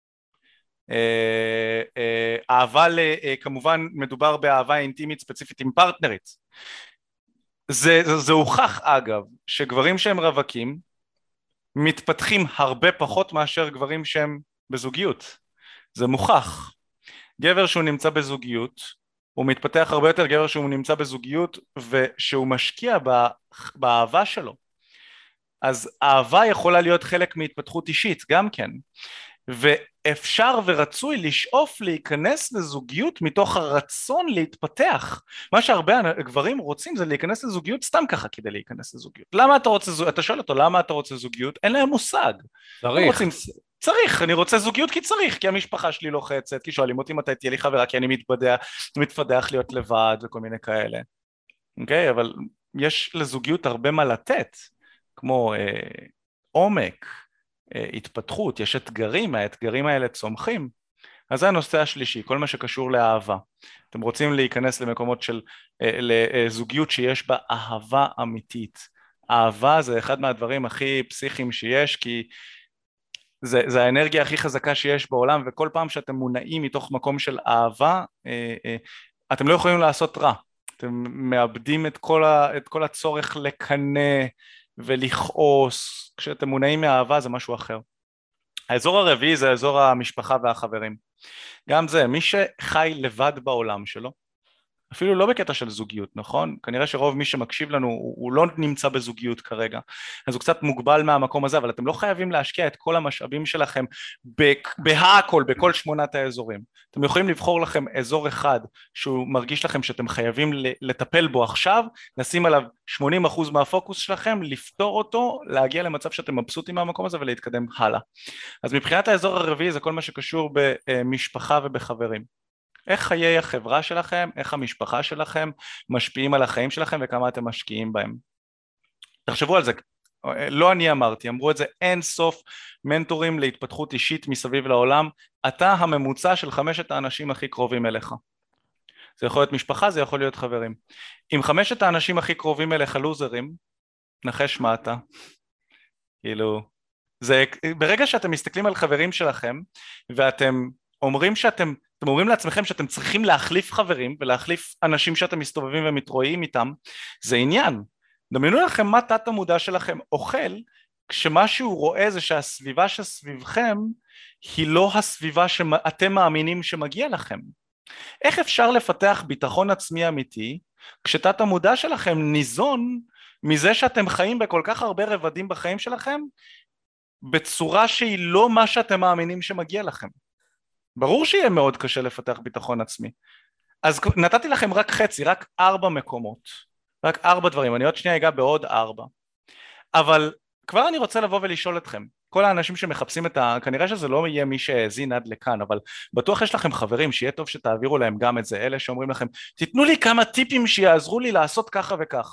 אהבה, כמובן מדובר באהבה אינטימית ספציפית עם פרטנרית. זה, זה, זה הוכח אגב, שגברים שהם רווקים, מתפתחים הרבה פחות מאשר גברים שהם בזוגיות. זה מוכח. גבר שהוא נמצא בזוגיות, הוא מתפתח הרבה יותר גבר שהוא נמצא בזוגיות ושהוא משקיע באהבה שלו. אז אהבה יכולה להיות חלק מהתפתחות אישית גם כן. ואפשר ורצוי לשאוף להיכנס לזוגיות מתוך הרצון להתפתח. מה שהרבה גברים רוצים זה להיכנס לזוגיות סתם ככה כדי להיכנס לזוגיות. למה אתה רוצה זוגיות? אתה שואל אותו למה אתה רוצה זוגיות? אין להם מושג. צריך. רוצים, צריך, אני רוצה זוגיות כי צריך, כי המשפחה שלי לוחצת, כי שואלים אותי מתי תהיה לי חברה, כי אני מתבדע, מתפתח להיות לבד וכל מיני כאלה. אוקיי? אבל יש לזוגיות הרבה מה לתת, כמו אה, עומק, התפתחות, יש אתגרים, האתגרים האלה צומחים. אז זה הנושא השלישי, כל מה שקשור לאהבה. אתם רוצים להיכנס למקומות של, לזוגיות שיש בה אהבה אמיתית. אהבה זה אחד מהדברים הכי פסיכיים שיש, כי זה, זה האנרגיה הכי חזקה שיש בעולם, וכל פעם שאתם מונעים מתוך מקום של אהבה, אתם לא יכולים לעשות רע. אתם מאבדים את כל, ה, את כל הצורך לקנא, ולכעוס. כשאתם מונעים מאהבה זה משהו אחר. האזור הרביעי זה אזור המשפחה והחברים. גם זה, מי שחי לבד בעולם שלו, אפילו לא בקטע של זוגיות, נכון? כנראה שרוב מי שמקשיב לנו הוא, הוא לא נמצא בזוגיות כרגע, אז הוא קצת מוגבל מהמקום הזה, אבל אתם לא חייבים להשקיע את כל המשאבים שלכם בהכל, בכל שמונת האזורים. אתם יכולים לבחור לכם אזור אחד שהוא מרגיש לכם שאתם חייבים לטפל בו עכשיו, לשים עליו שמונים אחוז מהפוקוס שלכם, לפתור אותו, להגיע למצב שאתם מבסוטים מהמקום הזה ולהתקדם הלאה. אז מבחינת האזור הרביעי זה כל מה שקשור במשפחה ובחברים. איך חיי החברה שלכם, איך המשפחה שלכם משפיעים על החיים שלכם וכמה אתם משקיעים בהם. תחשבו על זה, לא אני אמרתי, אמרו את זה אין סוף מנטורים להתפתחות אישית מסביב לעולם, אתה הממוצע של חמשת האנשים הכי קרובים אליך. זה יכול להיות משפחה, זה יכול להיות חברים. אם חמשת האנשים הכי קרובים אליך לוזרים, נחש מה אתה. כאילו, זה, ברגע שאתם מסתכלים על חברים שלכם ואתם אומרים שאתם אתם אומרים לעצמכם שאתם צריכים להחליף חברים ולהחליף אנשים שאתם מסתובבים ומתרועעים איתם, זה עניין. דמיינו לכם מה תת המודע שלכם אוכל, כשמה שהוא רואה זה שהסביבה שסביבכם היא לא הסביבה שאתם מאמינים שמגיע לכם. איך אפשר לפתח ביטחון עצמי אמיתי, כשתת המודע שלכם ניזון מזה שאתם חיים בכל כך הרבה רבדים בחיים שלכם, בצורה שהיא לא מה שאתם מאמינים שמגיע לכם. ברור שיהיה מאוד קשה לפתח ביטחון עצמי. אז נתתי לכם רק חצי, רק ארבע מקומות, רק ארבע דברים, אני עוד שנייה אגע בעוד ארבע. אבל כבר אני רוצה לבוא ולשאול אתכם, כל האנשים שמחפשים את ה... כנראה שזה לא יהיה מי שהזין עד לכאן, אבל בטוח יש לכם חברים שיהיה טוב שתעבירו להם גם את זה, אלה שאומרים לכם, תיתנו לי כמה טיפים שיעזרו לי לעשות ככה וככה.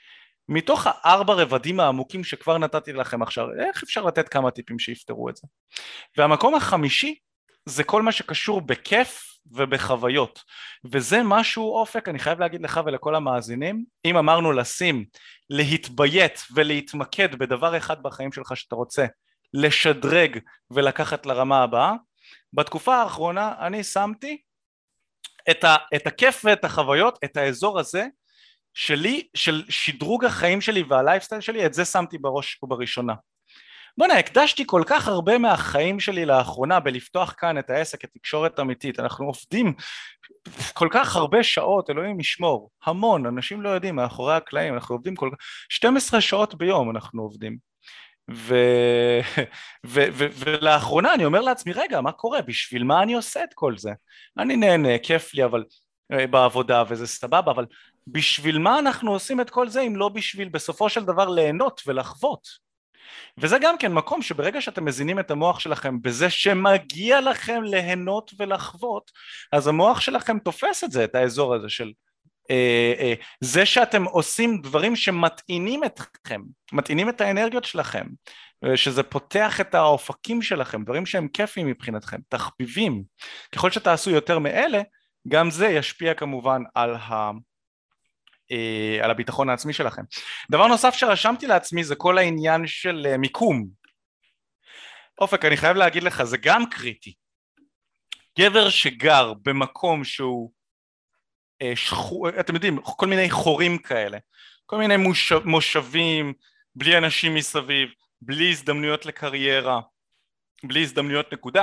מתוך הארבע רבדים העמוקים שכבר נתתי לכם עכשיו, איך אפשר לתת כמה טיפים שיפתרו את זה? והמקום החמישי, זה כל מה שקשור בכיף ובחוויות, וזה משהו אופק, אני חייב להגיד לך ולכל המאזינים, אם אמרנו לשים, להתביית ולהתמקד בדבר אחד בחיים שלך שאתה רוצה, לשדרג ולקחת לרמה הבאה, בתקופה האחרונה אני שמתי את, ה, את הכיף ואת החוויות, את האזור הזה שלי, של שדרוג החיים שלי והלייפסטייל שלי, את זה שמתי בראש ובראשונה. בוא'נה, הקדשתי כל כך הרבה מהחיים שלי לאחרונה בלפתוח כאן את העסק, את תקשורת אמיתית, אנחנו עובדים כל כך הרבה שעות, אלוהים ישמור, המון, אנשים לא יודעים, מאחורי הקלעים, אנחנו עובדים כל כך, שתים עשרה שעות ביום אנחנו עובדים, ו... ו... ו... ולאחרונה אני אומר לעצמי, רגע, מה קורה? בשביל מה אני עושה את כל זה? אני נהנה, כיף לי, אבל בעבודה, וזה סבבה, אבל בשביל מה אנחנו עושים את כל זה, אם לא בשביל בסופו של דבר ליהנות ולחוות? וזה גם כן מקום שברגע שאתם מזינים את המוח שלכם בזה שמגיע לכם ליהנות ולחוות, אז המוח שלכם תופס את זה, את האזור הזה של אה, אה, זה שאתם עושים דברים שמטעינים אתכם, מטעינים את האנרגיות שלכם, שזה פותח את האופקים שלכם, דברים שהם כיפים מבחינתכם, תחביבים. ככל שתעשו יותר מאלה, גם זה ישפיע כמובן על ה... על הביטחון העצמי שלכם. דבר נוסף שרשמתי לעצמי זה כל העניין של מיקום. אופק, אני חייב להגיד לך, זה גם קריטי. גבר שגר במקום שהוא, שחו, אתם יודעים, כל מיני חורים כאלה, כל מיני מושב, מושבים, בלי אנשים מסביב, בלי הזדמנויות לקריירה, בלי הזדמנויות נקודה.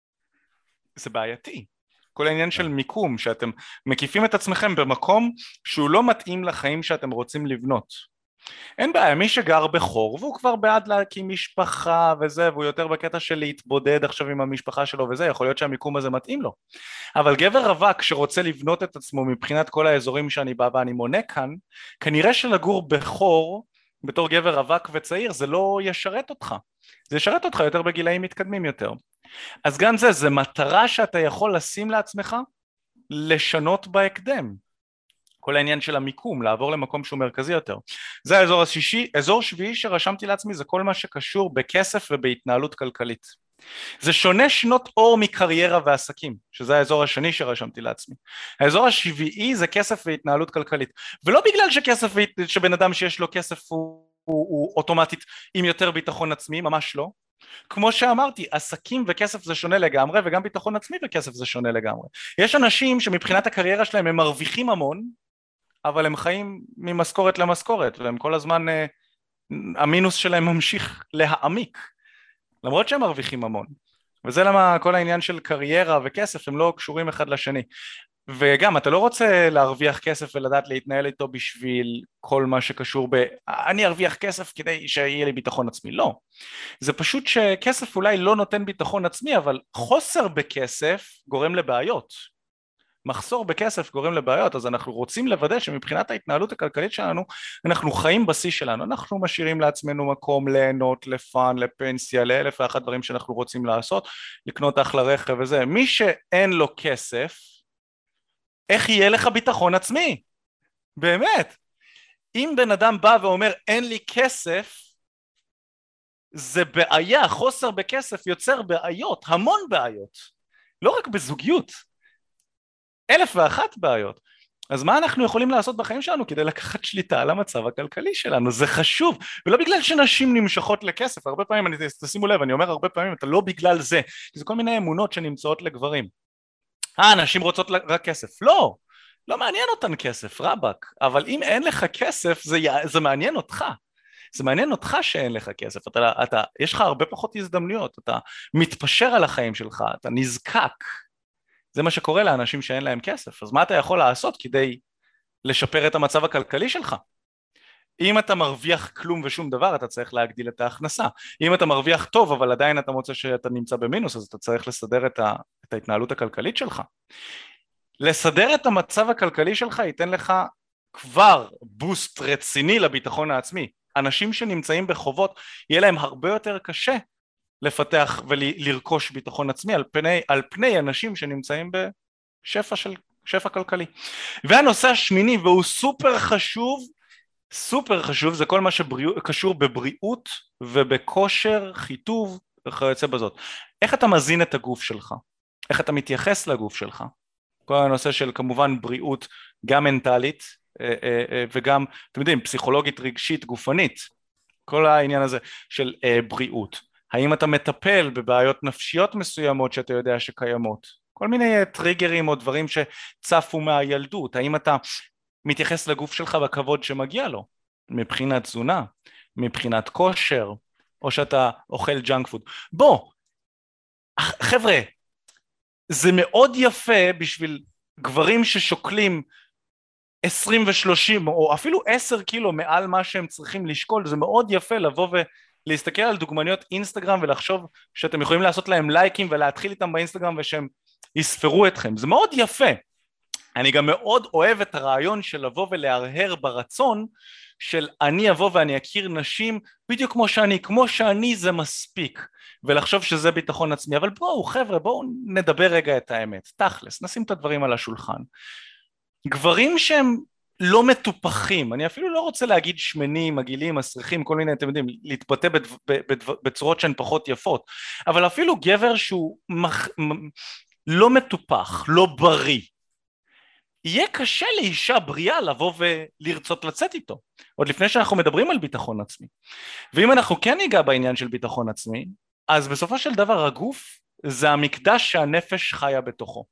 זה בעייתי. כל העניין של מיקום, שאתם מקיפים את עצמכם במקום שהוא לא מתאים לחיים שאתם רוצים לבנות. אין בעיה, מי שגר בחור והוא כבר בעד להקים משפחה וזה, והוא יותר בקטע של להתבודד עכשיו עם המשפחה שלו וזה, יכול להיות שהמיקום הזה מתאים לו. אבל גבר רווק שרוצה לבנות את עצמו מבחינת כל האזורים שאני בא ואני מונה כאן, כנראה שלגור בחור בתור גבר רווק וצעיר זה לא ישרת אותך, זה ישרת אותך יותר בגילאים מתקדמים יותר. אז גם זה, זה מטרה שאתה יכול לשים לעצמך לשנות בהקדם. כל העניין של המיקום, לעבור למקום שהוא מרכזי יותר. זה האזור השישי, אזור שביעי שרשמתי לעצמי, זה כל מה שקשור בכסף ובהתנהלות כלכלית. זה שונה שנות אור מקריירה ועסקים, שזה האזור השני שרשמתי לעצמי. האזור השביעי זה כסף והתנהלות כלכלית, ולא בגלל שכסף, שבן אדם שיש לו כסף הוא, הוא, הוא אוטומטית עם יותר ביטחון עצמי, ממש לא. כמו שאמרתי, עסקים וכסף זה שונה לגמרי, וגם ביטחון עצמי וכסף זה שונה לגמרי. יש אנשים שמבחינת הקריירה שלהם הם מרוויחים המון, אבל הם חיים ממשכורת למשכורת, והם כל הזמן, המינוס שלהם ממשיך להעמיק, למרות שהם מרוויחים המון. וזה למה כל העניין של קריירה וכסף הם לא קשורים אחד לשני. וגם אתה לא רוצה להרוויח כסף ולדעת להתנהל איתו בשביל כל מה שקשור ב... אני ארוויח כסף כדי שיהיה לי ביטחון עצמי, לא. זה פשוט שכסף אולי לא נותן ביטחון עצמי, אבל חוסר בכסף גורם לבעיות. מחסור בכסף גורם לבעיות, אז אנחנו רוצים לוודא שמבחינת ההתנהלות הכלכלית שלנו, אנחנו חיים בשיא שלנו, אנחנו משאירים לעצמנו מקום ליהנות, לפן, לפנסיה, לאלף ואחת דברים שאנחנו רוצים לעשות, לקנות אחלה רכב וזה. מי שאין לו כסף, איך יהיה לך ביטחון עצמי? באמת. אם בן אדם בא ואומר אין לי כסף, זה בעיה, חוסר בכסף יוצר בעיות, המון בעיות, לא רק בזוגיות. אלף ואחת בעיות. אז מה אנחנו יכולים לעשות בחיים שלנו כדי לקחת שליטה על המצב הכלכלי שלנו? זה חשוב, ולא בגלל שנשים נמשכות לכסף, הרבה פעמים, אני, תשימו לב, אני אומר הרבה פעמים, אתה לא בגלל זה, זה כל מיני אמונות שנמצאות לגברים. אה, נשים רוצות רק כסף. לא, לא מעניין אותן כסף, רבק, אבל אם אין לך כסף, זה, זה מעניין אותך. זה מעניין אותך שאין לך כסף, אתה, אתה, יש לך הרבה פחות הזדמנויות, אתה מתפשר על החיים שלך, אתה נזקק. זה מה שקורה לאנשים שאין להם כסף. אז מה אתה יכול לעשות כדי לשפר את המצב הכלכלי שלך? אם אתה מרוויח כלום ושום דבר, אתה צריך להגדיל את ההכנסה. אם אתה מרוויח טוב, אבל עדיין אתה מוצא שאתה נמצא במינוס, אז אתה צריך לסדר את, ה, את ההתנהלות הכלכלית שלך. לסדר את המצב הכלכלי שלך ייתן לך כבר בוסט רציני לביטחון העצמי. אנשים שנמצאים בחובות, יהיה להם הרבה יותר קשה לפתח ולרכוש ביטחון עצמי על פני, על פני אנשים שנמצאים בשפע של, שפע כלכלי. והנושא השמיני, והוא סופר חשוב, סופר חשוב, זה כל מה שקשור בבריאות ובכושר, חיטוב וכיוצא בזאת. איך אתה מזין את הגוף שלך? איך אתה מתייחס לגוף שלך? כל הנושא של כמובן בריאות, גם מנטלית וגם, אתם יודעים, פסיכולוגית, רגשית, גופנית. כל העניין הזה של בריאות. האם אתה מטפל בבעיות נפשיות מסוימות שאתה יודע שקיימות? כל מיני טריגרים או דברים שצפו מהילדות. האם אתה מתייחס לגוף שלך בכבוד שמגיע לו? מבחינת תזונה, מבחינת כושר, או שאתה אוכל ג'אנק פוד. בוא, חבר'ה, זה מאוד יפה בשביל גברים ששוקלים עשרים ושלושים או אפילו עשר קילו מעל מה שהם צריכים לשקול, זה מאוד יפה לבוא ו... להסתכל על דוגמניות אינסטגרם ולחשוב שאתם יכולים לעשות להם לייקים ולהתחיל איתם באינסטגרם ושהם יספרו אתכם, זה מאוד יפה. אני גם מאוד אוהב את הרעיון של לבוא ולהרהר ברצון של אני אבוא ואני אכיר נשים בדיוק כמו שאני, כמו שאני זה מספיק, ולחשוב שזה ביטחון עצמי. אבל בואו חבר'ה, בואו נדבר רגע את האמת, תכלס, נשים את הדברים על השולחן. גברים שהם לא מטופחים, אני אפילו לא רוצה להגיד שמנים, מגעילים, מסריחים, כל מיני, אתם יודעים, להתבטא בדו, בדו, בצורות שהן פחות יפות, אבל אפילו גבר שהוא מח, לא מטופח, לא בריא, יהיה קשה לאישה בריאה לבוא ולרצות לצאת איתו, עוד לפני שאנחנו מדברים על ביטחון עצמי. ואם אנחנו כן ניגע בעניין של ביטחון עצמי, אז בסופו של דבר הגוף זה המקדש שהנפש חיה בתוכו.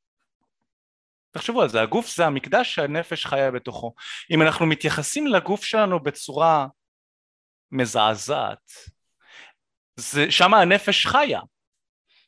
תחשבו על זה, הגוף זה המקדש שהנפש חיה בתוכו. אם אנחנו מתייחסים לגוף שלנו בצורה מזעזעת, שם הנפש חיה,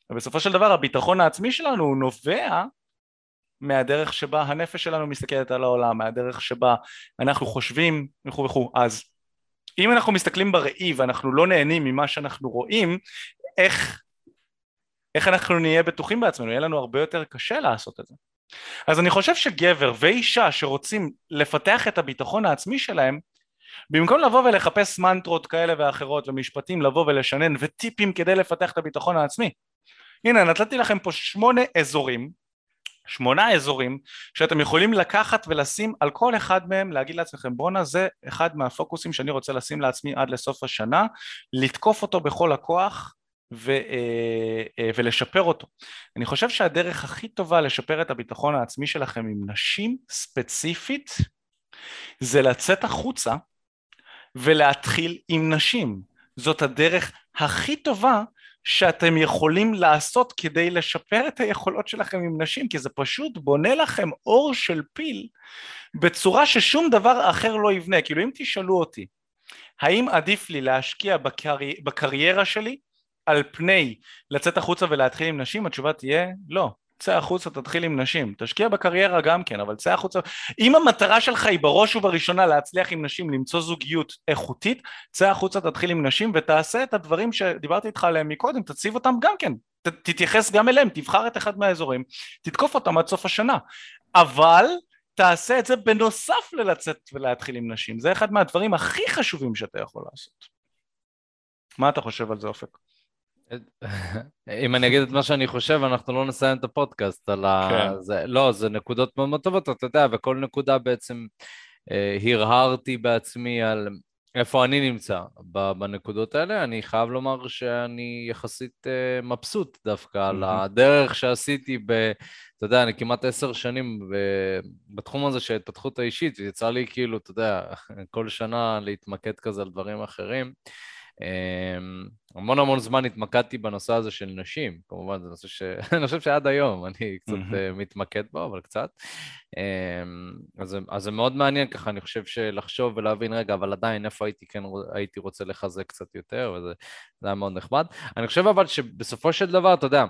ובסופו של דבר הביטחון העצמי שלנו הוא נובע מהדרך שבה הנפש שלנו מסתכלת על העולם, מהדרך שבה אנחנו חושבים וכו' וכו'. אז אם אנחנו מסתכלים בראי ואנחנו לא נהנים ממה שאנחנו רואים, איך, איך אנחנו נהיה בטוחים בעצמנו? יהיה לנו הרבה יותר קשה לעשות את זה. אז אני חושב שגבר ואישה שרוצים לפתח את הביטחון העצמי שלהם, במקום לבוא ולחפש מנטרות כאלה ואחרות ומשפטים לבוא ולשנן וטיפים כדי לפתח את הביטחון העצמי, הנה נתתי לכם פה שמונה אזורים, שמונה אזורים שאתם יכולים לקחת ולשים על כל אחד מהם, להגיד לעצמכם בונה זה אחד מהפוקוסים שאני רוצה לשים לעצמי עד לסוף השנה, לתקוף אותו בכל הכוח ו, ולשפר אותו. אני חושב שהדרך הכי טובה לשפר את הביטחון העצמי שלכם עם נשים ספציפית זה לצאת החוצה ולהתחיל עם נשים. זאת הדרך הכי טובה שאתם יכולים לעשות כדי לשפר את היכולות שלכם עם נשים, כי זה פשוט בונה לכם אור של פיל בצורה ששום דבר אחר לא יבנה. כאילו אם תשאלו אותי, האם עדיף לי להשקיע בקרי... בקריירה שלי על פני לצאת החוצה ולהתחיל עם נשים? התשובה תהיה לא. צא החוצה, תתחיל עם נשים, תשקיע בקריירה גם כן, אבל צא החוצה. אם המטרה שלך היא בראש ובראשונה להצליח עם נשים, למצוא זוגיות איכותית, צא החוצה, תתחיל עם נשים ותעשה את הדברים שדיברתי איתך עליהם מקודם, תציב אותם גם כן, ת, תתייחס גם אליהם, תבחר את אחד מהאזורים, תתקוף אותם עד סוף השנה, אבל תעשה את זה בנוסף ללצאת ולהתחיל עם נשים. זה אחד מהדברים הכי חשובים שאתה יכול לעשות. מה אתה חושב על זה, אופק? אם אני אגיד את מה שאני חושב, אנחנו לא נסיים את הפודקאסט על ה... כן. זה, לא, זה נקודות מאוד מאוד טובות, אתה יודע, וכל נקודה בעצם אה, הרהרתי בעצמי על איפה אני נמצא בנקודות האלה. אני חייב לומר שאני יחסית אה, מבסוט דווקא mm-hmm. על הדרך שעשיתי ב... אתה יודע, אני כמעט עשר שנים ב... בתחום הזה של התפתחות האישית, ויצא לי כאילו, אתה יודע, כל שנה להתמקד כזה על דברים אחרים. המון המון זמן התמקדתי בנושא הזה של נשים, כמובן זה נושא שאני חושב שעד היום אני קצת מתמקד בו, אבל קצת. אז זה מאוד מעניין ככה, אני חושב שלחשוב ולהבין רגע, אבל עדיין איפה הייתי כן הייתי רוצה לחזק קצת יותר, וזה היה מאוד נחמד. אני חושב אבל שבסופו של דבר, אתה יודע,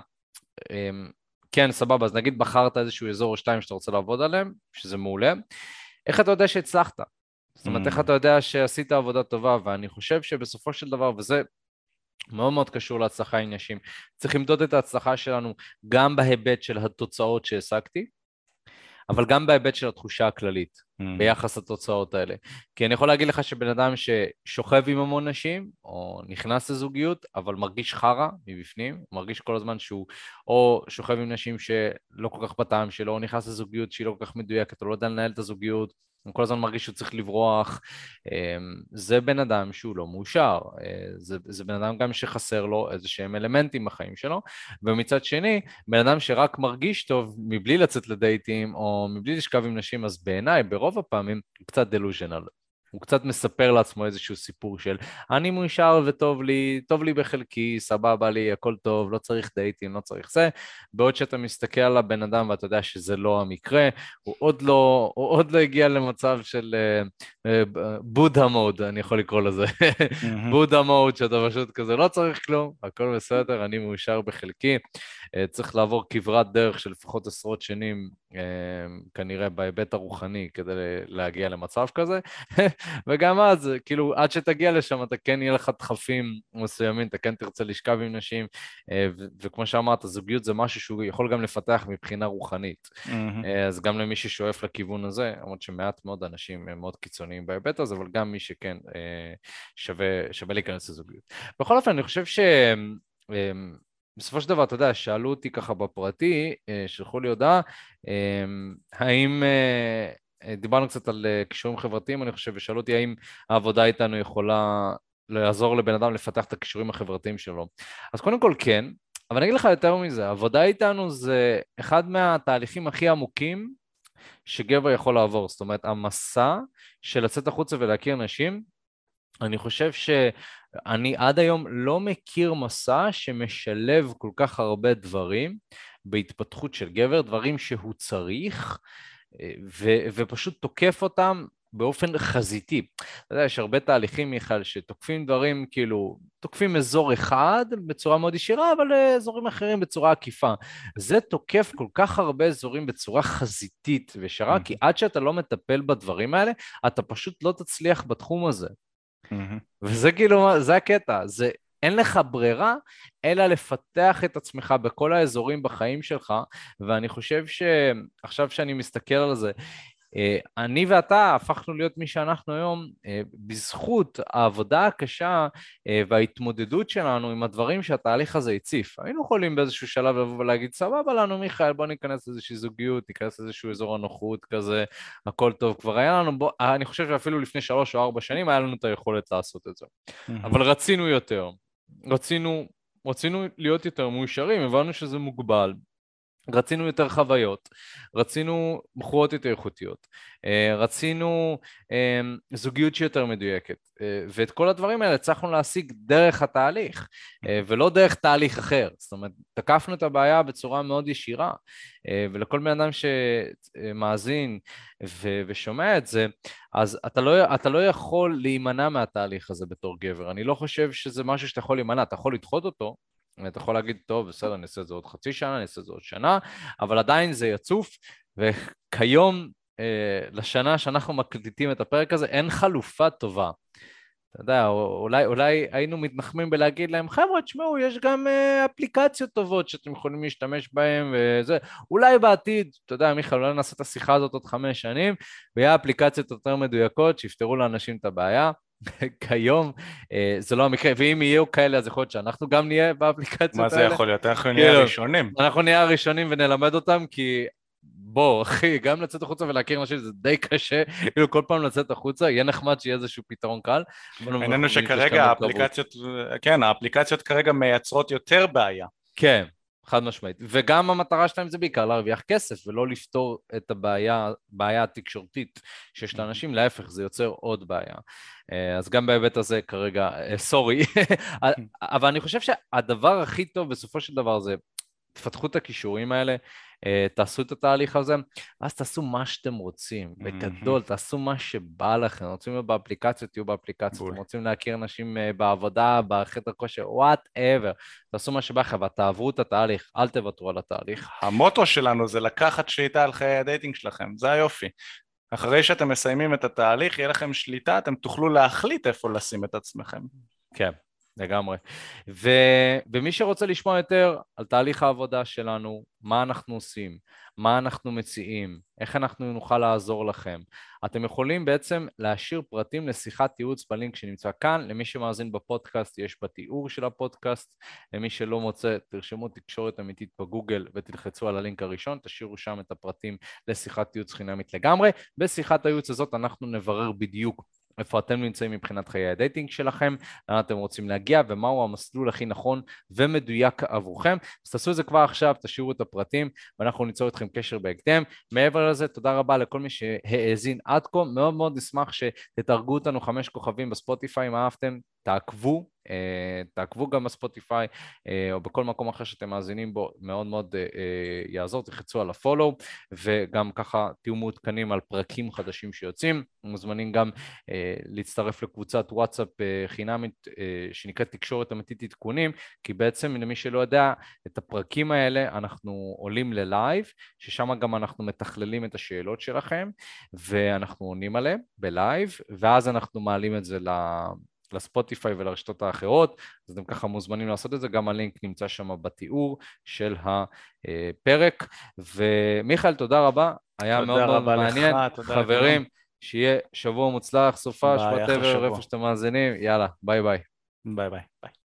כן, סבבה, אז נגיד בחרת איזשהו אזור או שתיים שאתה רוצה לעבוד עליהם, שזה מעולה, איך אתה יודע שהצלחת? זאת אומרת, איך אתה יודע שעשית עבודה טובה, ואני חושב שבסופו של דבר, וזה מאוד מאוד קשור להצלחה עם נשים, צריך למדוד את ההצלחה שלנו גם בהיבט של התוצאות שהעסקתי, אבל גם בהיבט של התחושה הכללית, mm. ביחס לתוצאות האלה. כי אני יכול להגיד לך שבן אדם ששוכב עם המון נשים, או נכנס לזוגיות, אבל מרגיש חרה מבפנים, מרגיש כל הזמן שהוא או שוכב עם נשים שלא כל כך בטעם שלו, או נכנס לזוגיות שהיא לא כל כך מדויקת, או לא יודע לנהל את הזוגיות, הוא כל הזמן מרגיש שהוא צריך לברוח, זה בן אדם שהוא לא מאושר, זה, זה בן אדם גם שחסר לו איזה שהם אלמנטים בחיים שלו, ומצד שני, בן אדם שרק מרגיש טוב מבלי לצאת לדייטים, או מבלי לשכב עם נשים, אז בעיניי, ברוב הפעמים, הוא קצת דלוז'נל. הוא קצת מספר לעצמו איזשהו סיפור של אני מאושר וטוב לי, טוב לי בחלקי, סבבה לי, הכל טוב, לא צריך דייטים, לא צריך זה, בעוד שאתה מסתכל על הבן אדם ואתה יודע שזה לא המקרה, הוא עוד לא, הוא עוד לא הגיע למצב של בודה מוד, אני יכול לקרוא לזה, בודה מוד, שאתה פשוט כזה לא צריך כלום, הכל בסדר, אני מאושר בחלקי, צריך לעבור כברת דרך של לפחות עשרות שנים, כנראה בהיבט הרוחני, כדי להגיע למצב כזה, וגם אז, כאילו, עד שתגיע לשם, אתה כן יהיה לך דחפים מסוימים, אתה כן תרצה לשכב עם נשים, ו- וכמו שאמרת, זוגיות זה משהו שהוא יכול גם לפתח מבחינה רוחנית. Mm-hmm. אז גם למי ששואף לכיוון הזה, למרות שמעט מאוד אנשים הם מאוד קיצוניים בהיבט הזה, אבל גם מי שכן שווה, שווה להיכנס לזוגיות. בכל אופן, אני חושב ש... בסופו של דבר, אתה יודע, שאלו אותי ככה בפרטי, שלחו לי הודעה, האם... דיברנו קצת על קישורים חברתיים, אני חושב, ושאלו אותי האם העבודה איתנו יכולה לעזור לבן אדם לפתח את הקישורים החברתיים שלו. אז קודם כל כן, אבל אני אגיד לך יותר מזה, העבודה איתנו זה אחד מהתהליכים הכי עמוקים שגבר יכול לעבור, זאת אומרת, המסע של לצאת החוצה ולהכיר נשים, אני חושב שאני עד היום לא מכיר מסע שמשלב כל כך הרבה דברים בהתפתחות של גבר, דברים שהוא צריך, ו- ופשוט תוקף אותם באופן חזיתי. אתה יודע, יש הרבה תהליכים, מיכל, שתוקפים דברים, כאילו, תוקפים אזור אחד בצורה מאוד ישירה, אבל אזורים אחרים בצורה עקיפה. זה תוקף כל כך הרבה אזורים בצורה חזיתית וישרה, כי עד שאתה לא מטפל בדברים האלה, אתה פשוט לא תצליח בתחום הזה. וזה כאילו, זה הקטע, זה אין לך ברירה, אלא לפתח את עצמך בכל האזורים בחיים שלך, ואני חושב שעכשיו שאני מסתכל על זה, אני ואתה הפכנו להיות מי שאנחנו היום בזכות העבודה הקשה וההתמודדות שלנו עם הדברים שהתהליך הזה הציף. היינו יכולים באיזשהו שלב לבוא ולהגיד, סבבה לנו מיכאל, בוא ניכנס לאיזושהי זוגיות, ניכנס לאיזשהו אזור הנוחות כזה, הכל טוב. כבר היה לנו, בוא, אני חושב שאפילו לפני שלוש או ארבע שנים היה לנו את היכולת לעשות את זה. אבל רצינו יותר, רצינו, רצינו להיות יותר מאושרים, הבנו שזה מוגבל. רצינו יותר חוויות, רצינו בחורות יותר איכותיות, רצינו זוגיות שיותר מדויקת, ואת כל הדברים האלה הצלחנו להשיג דרך התהליך, ולא דרך תהליך אחר. זאת אומרת, תקפנו את הבעיה בצורה מאוד ישירה, ולכל בן אדם שמאזין ושומע את זה, אז אתה לא, אתה לא יכול להימנע מהתהליך הזה בתור גבר. אני לא חושב שזה משהו שאתה יכול להימנע, אתה יכול לדחות אותו, אתה יכול להגיד, טוב, בסדר, אני אעשה את זה עוד חצי שנה, אני אעשה את זה עוד שנה, אבל עדיין זה יצוף, וכיום, אה, לשנה שאנחנו מקליטים את הפרק הזה, אין חלופה טובה. אתה יודע, אולי, אולי היינו מתנחמים בלהגיד להם, חבר'ה, תשמעו, יש גם אה, אפליקציות טובות שאתם יכולים להשתמש בהן, וזה, אולי בעתיד, אתה יודע, מיכאל, אולי נעשה את השיחה הזאת עוד חמש שנים, ויהיה אפליקציות יותר מדויקות, שיפתרו לאנשים את הבעיה. כיום זה לא המקרה, ואם יהיו כאלה אז יכול להיות שאנחנו גם נהיה באפליקציות האלה. מה זה יכול להיות? אנחנו נהיה הראשונים. אנחנו נהיה הראשונים ונלמד אותם, כי בוא אחי, גם לצאת החוצה ולהכיר אנשים זה די קשה, כאילו כל פעם לצאת החוצה, יהיה נחמד שיהיה איזשהו פתרון קל. העניין שכרגע האפליקציות, כן, האפליקציות כרגע מייצרות יותר בעיה. כן. חד משמעית, וגם המטרה שלהם זה בעיקר להרוויח כסף ולא לפתור את הבעיה, בעיה התקשורתית שיש לאנשים, להפך זה יוצר עוד בעיה. אז גם בהיבט הזה כרגע, סורי, אבל אני חושב שהדבר הכי טוב בסופו של דבר זה, תפתחו את הכישורים האלה, תעשו את התהליך הזה, אז תעשו מה שאתם רוצים, בגדול, תעשו מה שבא לכם, רוצים להיות באפליקציות, תהיו באפליקציות, אתם רוצים להכיר אנשים בעבודה, בחדר כושר, whatever, תעשו מה שבא לכם, ותעברו את התהליך, אל תוותרו על התהליך. המוטו שלנו זה לקחת שליטה על חיי הדייטינג שלכם, זה היופי. אחרי שאתם מסיימים את התהליך, יהיה לכם שליטה, אתם תוכלו להחליט איפה לשים את עצמכם. כן. לגמרי. ו... ומי שרוצה לשמוע יותר על תהליך העבודה שלנו, מה אנחנו עושים, מה אנחנו מציעים, איך אנחנו נוכל לעזור לכם, אתם יכולים בעצם להשאיר פרטים לשיחת ייעוץ בלינק שנמצא כאן, למי שמאזין בפודקאסט יש בתיאור של הפודקאסט, למי שלא מוצא תרשמו תקשורת אמיתית בגוגל ותלחצו על הלינק הראשון, תשאירו שם את הפרטים לשיחת ייעוץ חינמית לגמרי, בשיחת הייעוץ הזאת אנחנו נברר בדיוק איפה אתם נמצאים מבחינת חיי הדייטינג שלכם, לאן אתם רוצים להגיע ומהו המסלול הכי נכון ומדויק עבורכם. אז תעשו את זה כבר עכשיו, תשאירו את הפרטים ואנחנו ניצור אתכם קשר בהקדם. מעבר לזה, תודה רבה לכל מי שהאזין עד כה, מאוד מאוד נשמח שתתרגו אותנו חמש כוכבים בספוטיפיי אם אהבתם, תעקבו, תעקבו גם בספוטיפיי או בכל מקום אחר שאתם מאזינים בו, מאוד מאוד יעזור, תחצו על הפולו וגם ככה תהיו מעודכנים על פרקים חדשים שיוצאים, מוזמנים גם להצטרף לקבוצת וואטסאפ חינמית שנקראת תקשורת אמיתית עדכונים, כי בעצם למי שלא יודע את הפרקים האלה אנחנו עולים ללייב, ששם גם אנחנו מתכללים את השאלות שלכם ואנחנו עונים עליהם בלייב, ואז אנחנו מעלים את זה ל... לספוטיפיי ולרשתות האחרות, אז אתם ככה מוזמנים לעשות את זה, גם הלינק נמצא שם בתיאור של הפרק, ומיכאל תודה רבה, היה מאוד מאוד מעניין, חברים, שיהיה שבוע מוצלח, סופה, שבוע טבר, איפה שאתם מאזינים, יאללה, ביי ביי. ביי ביי.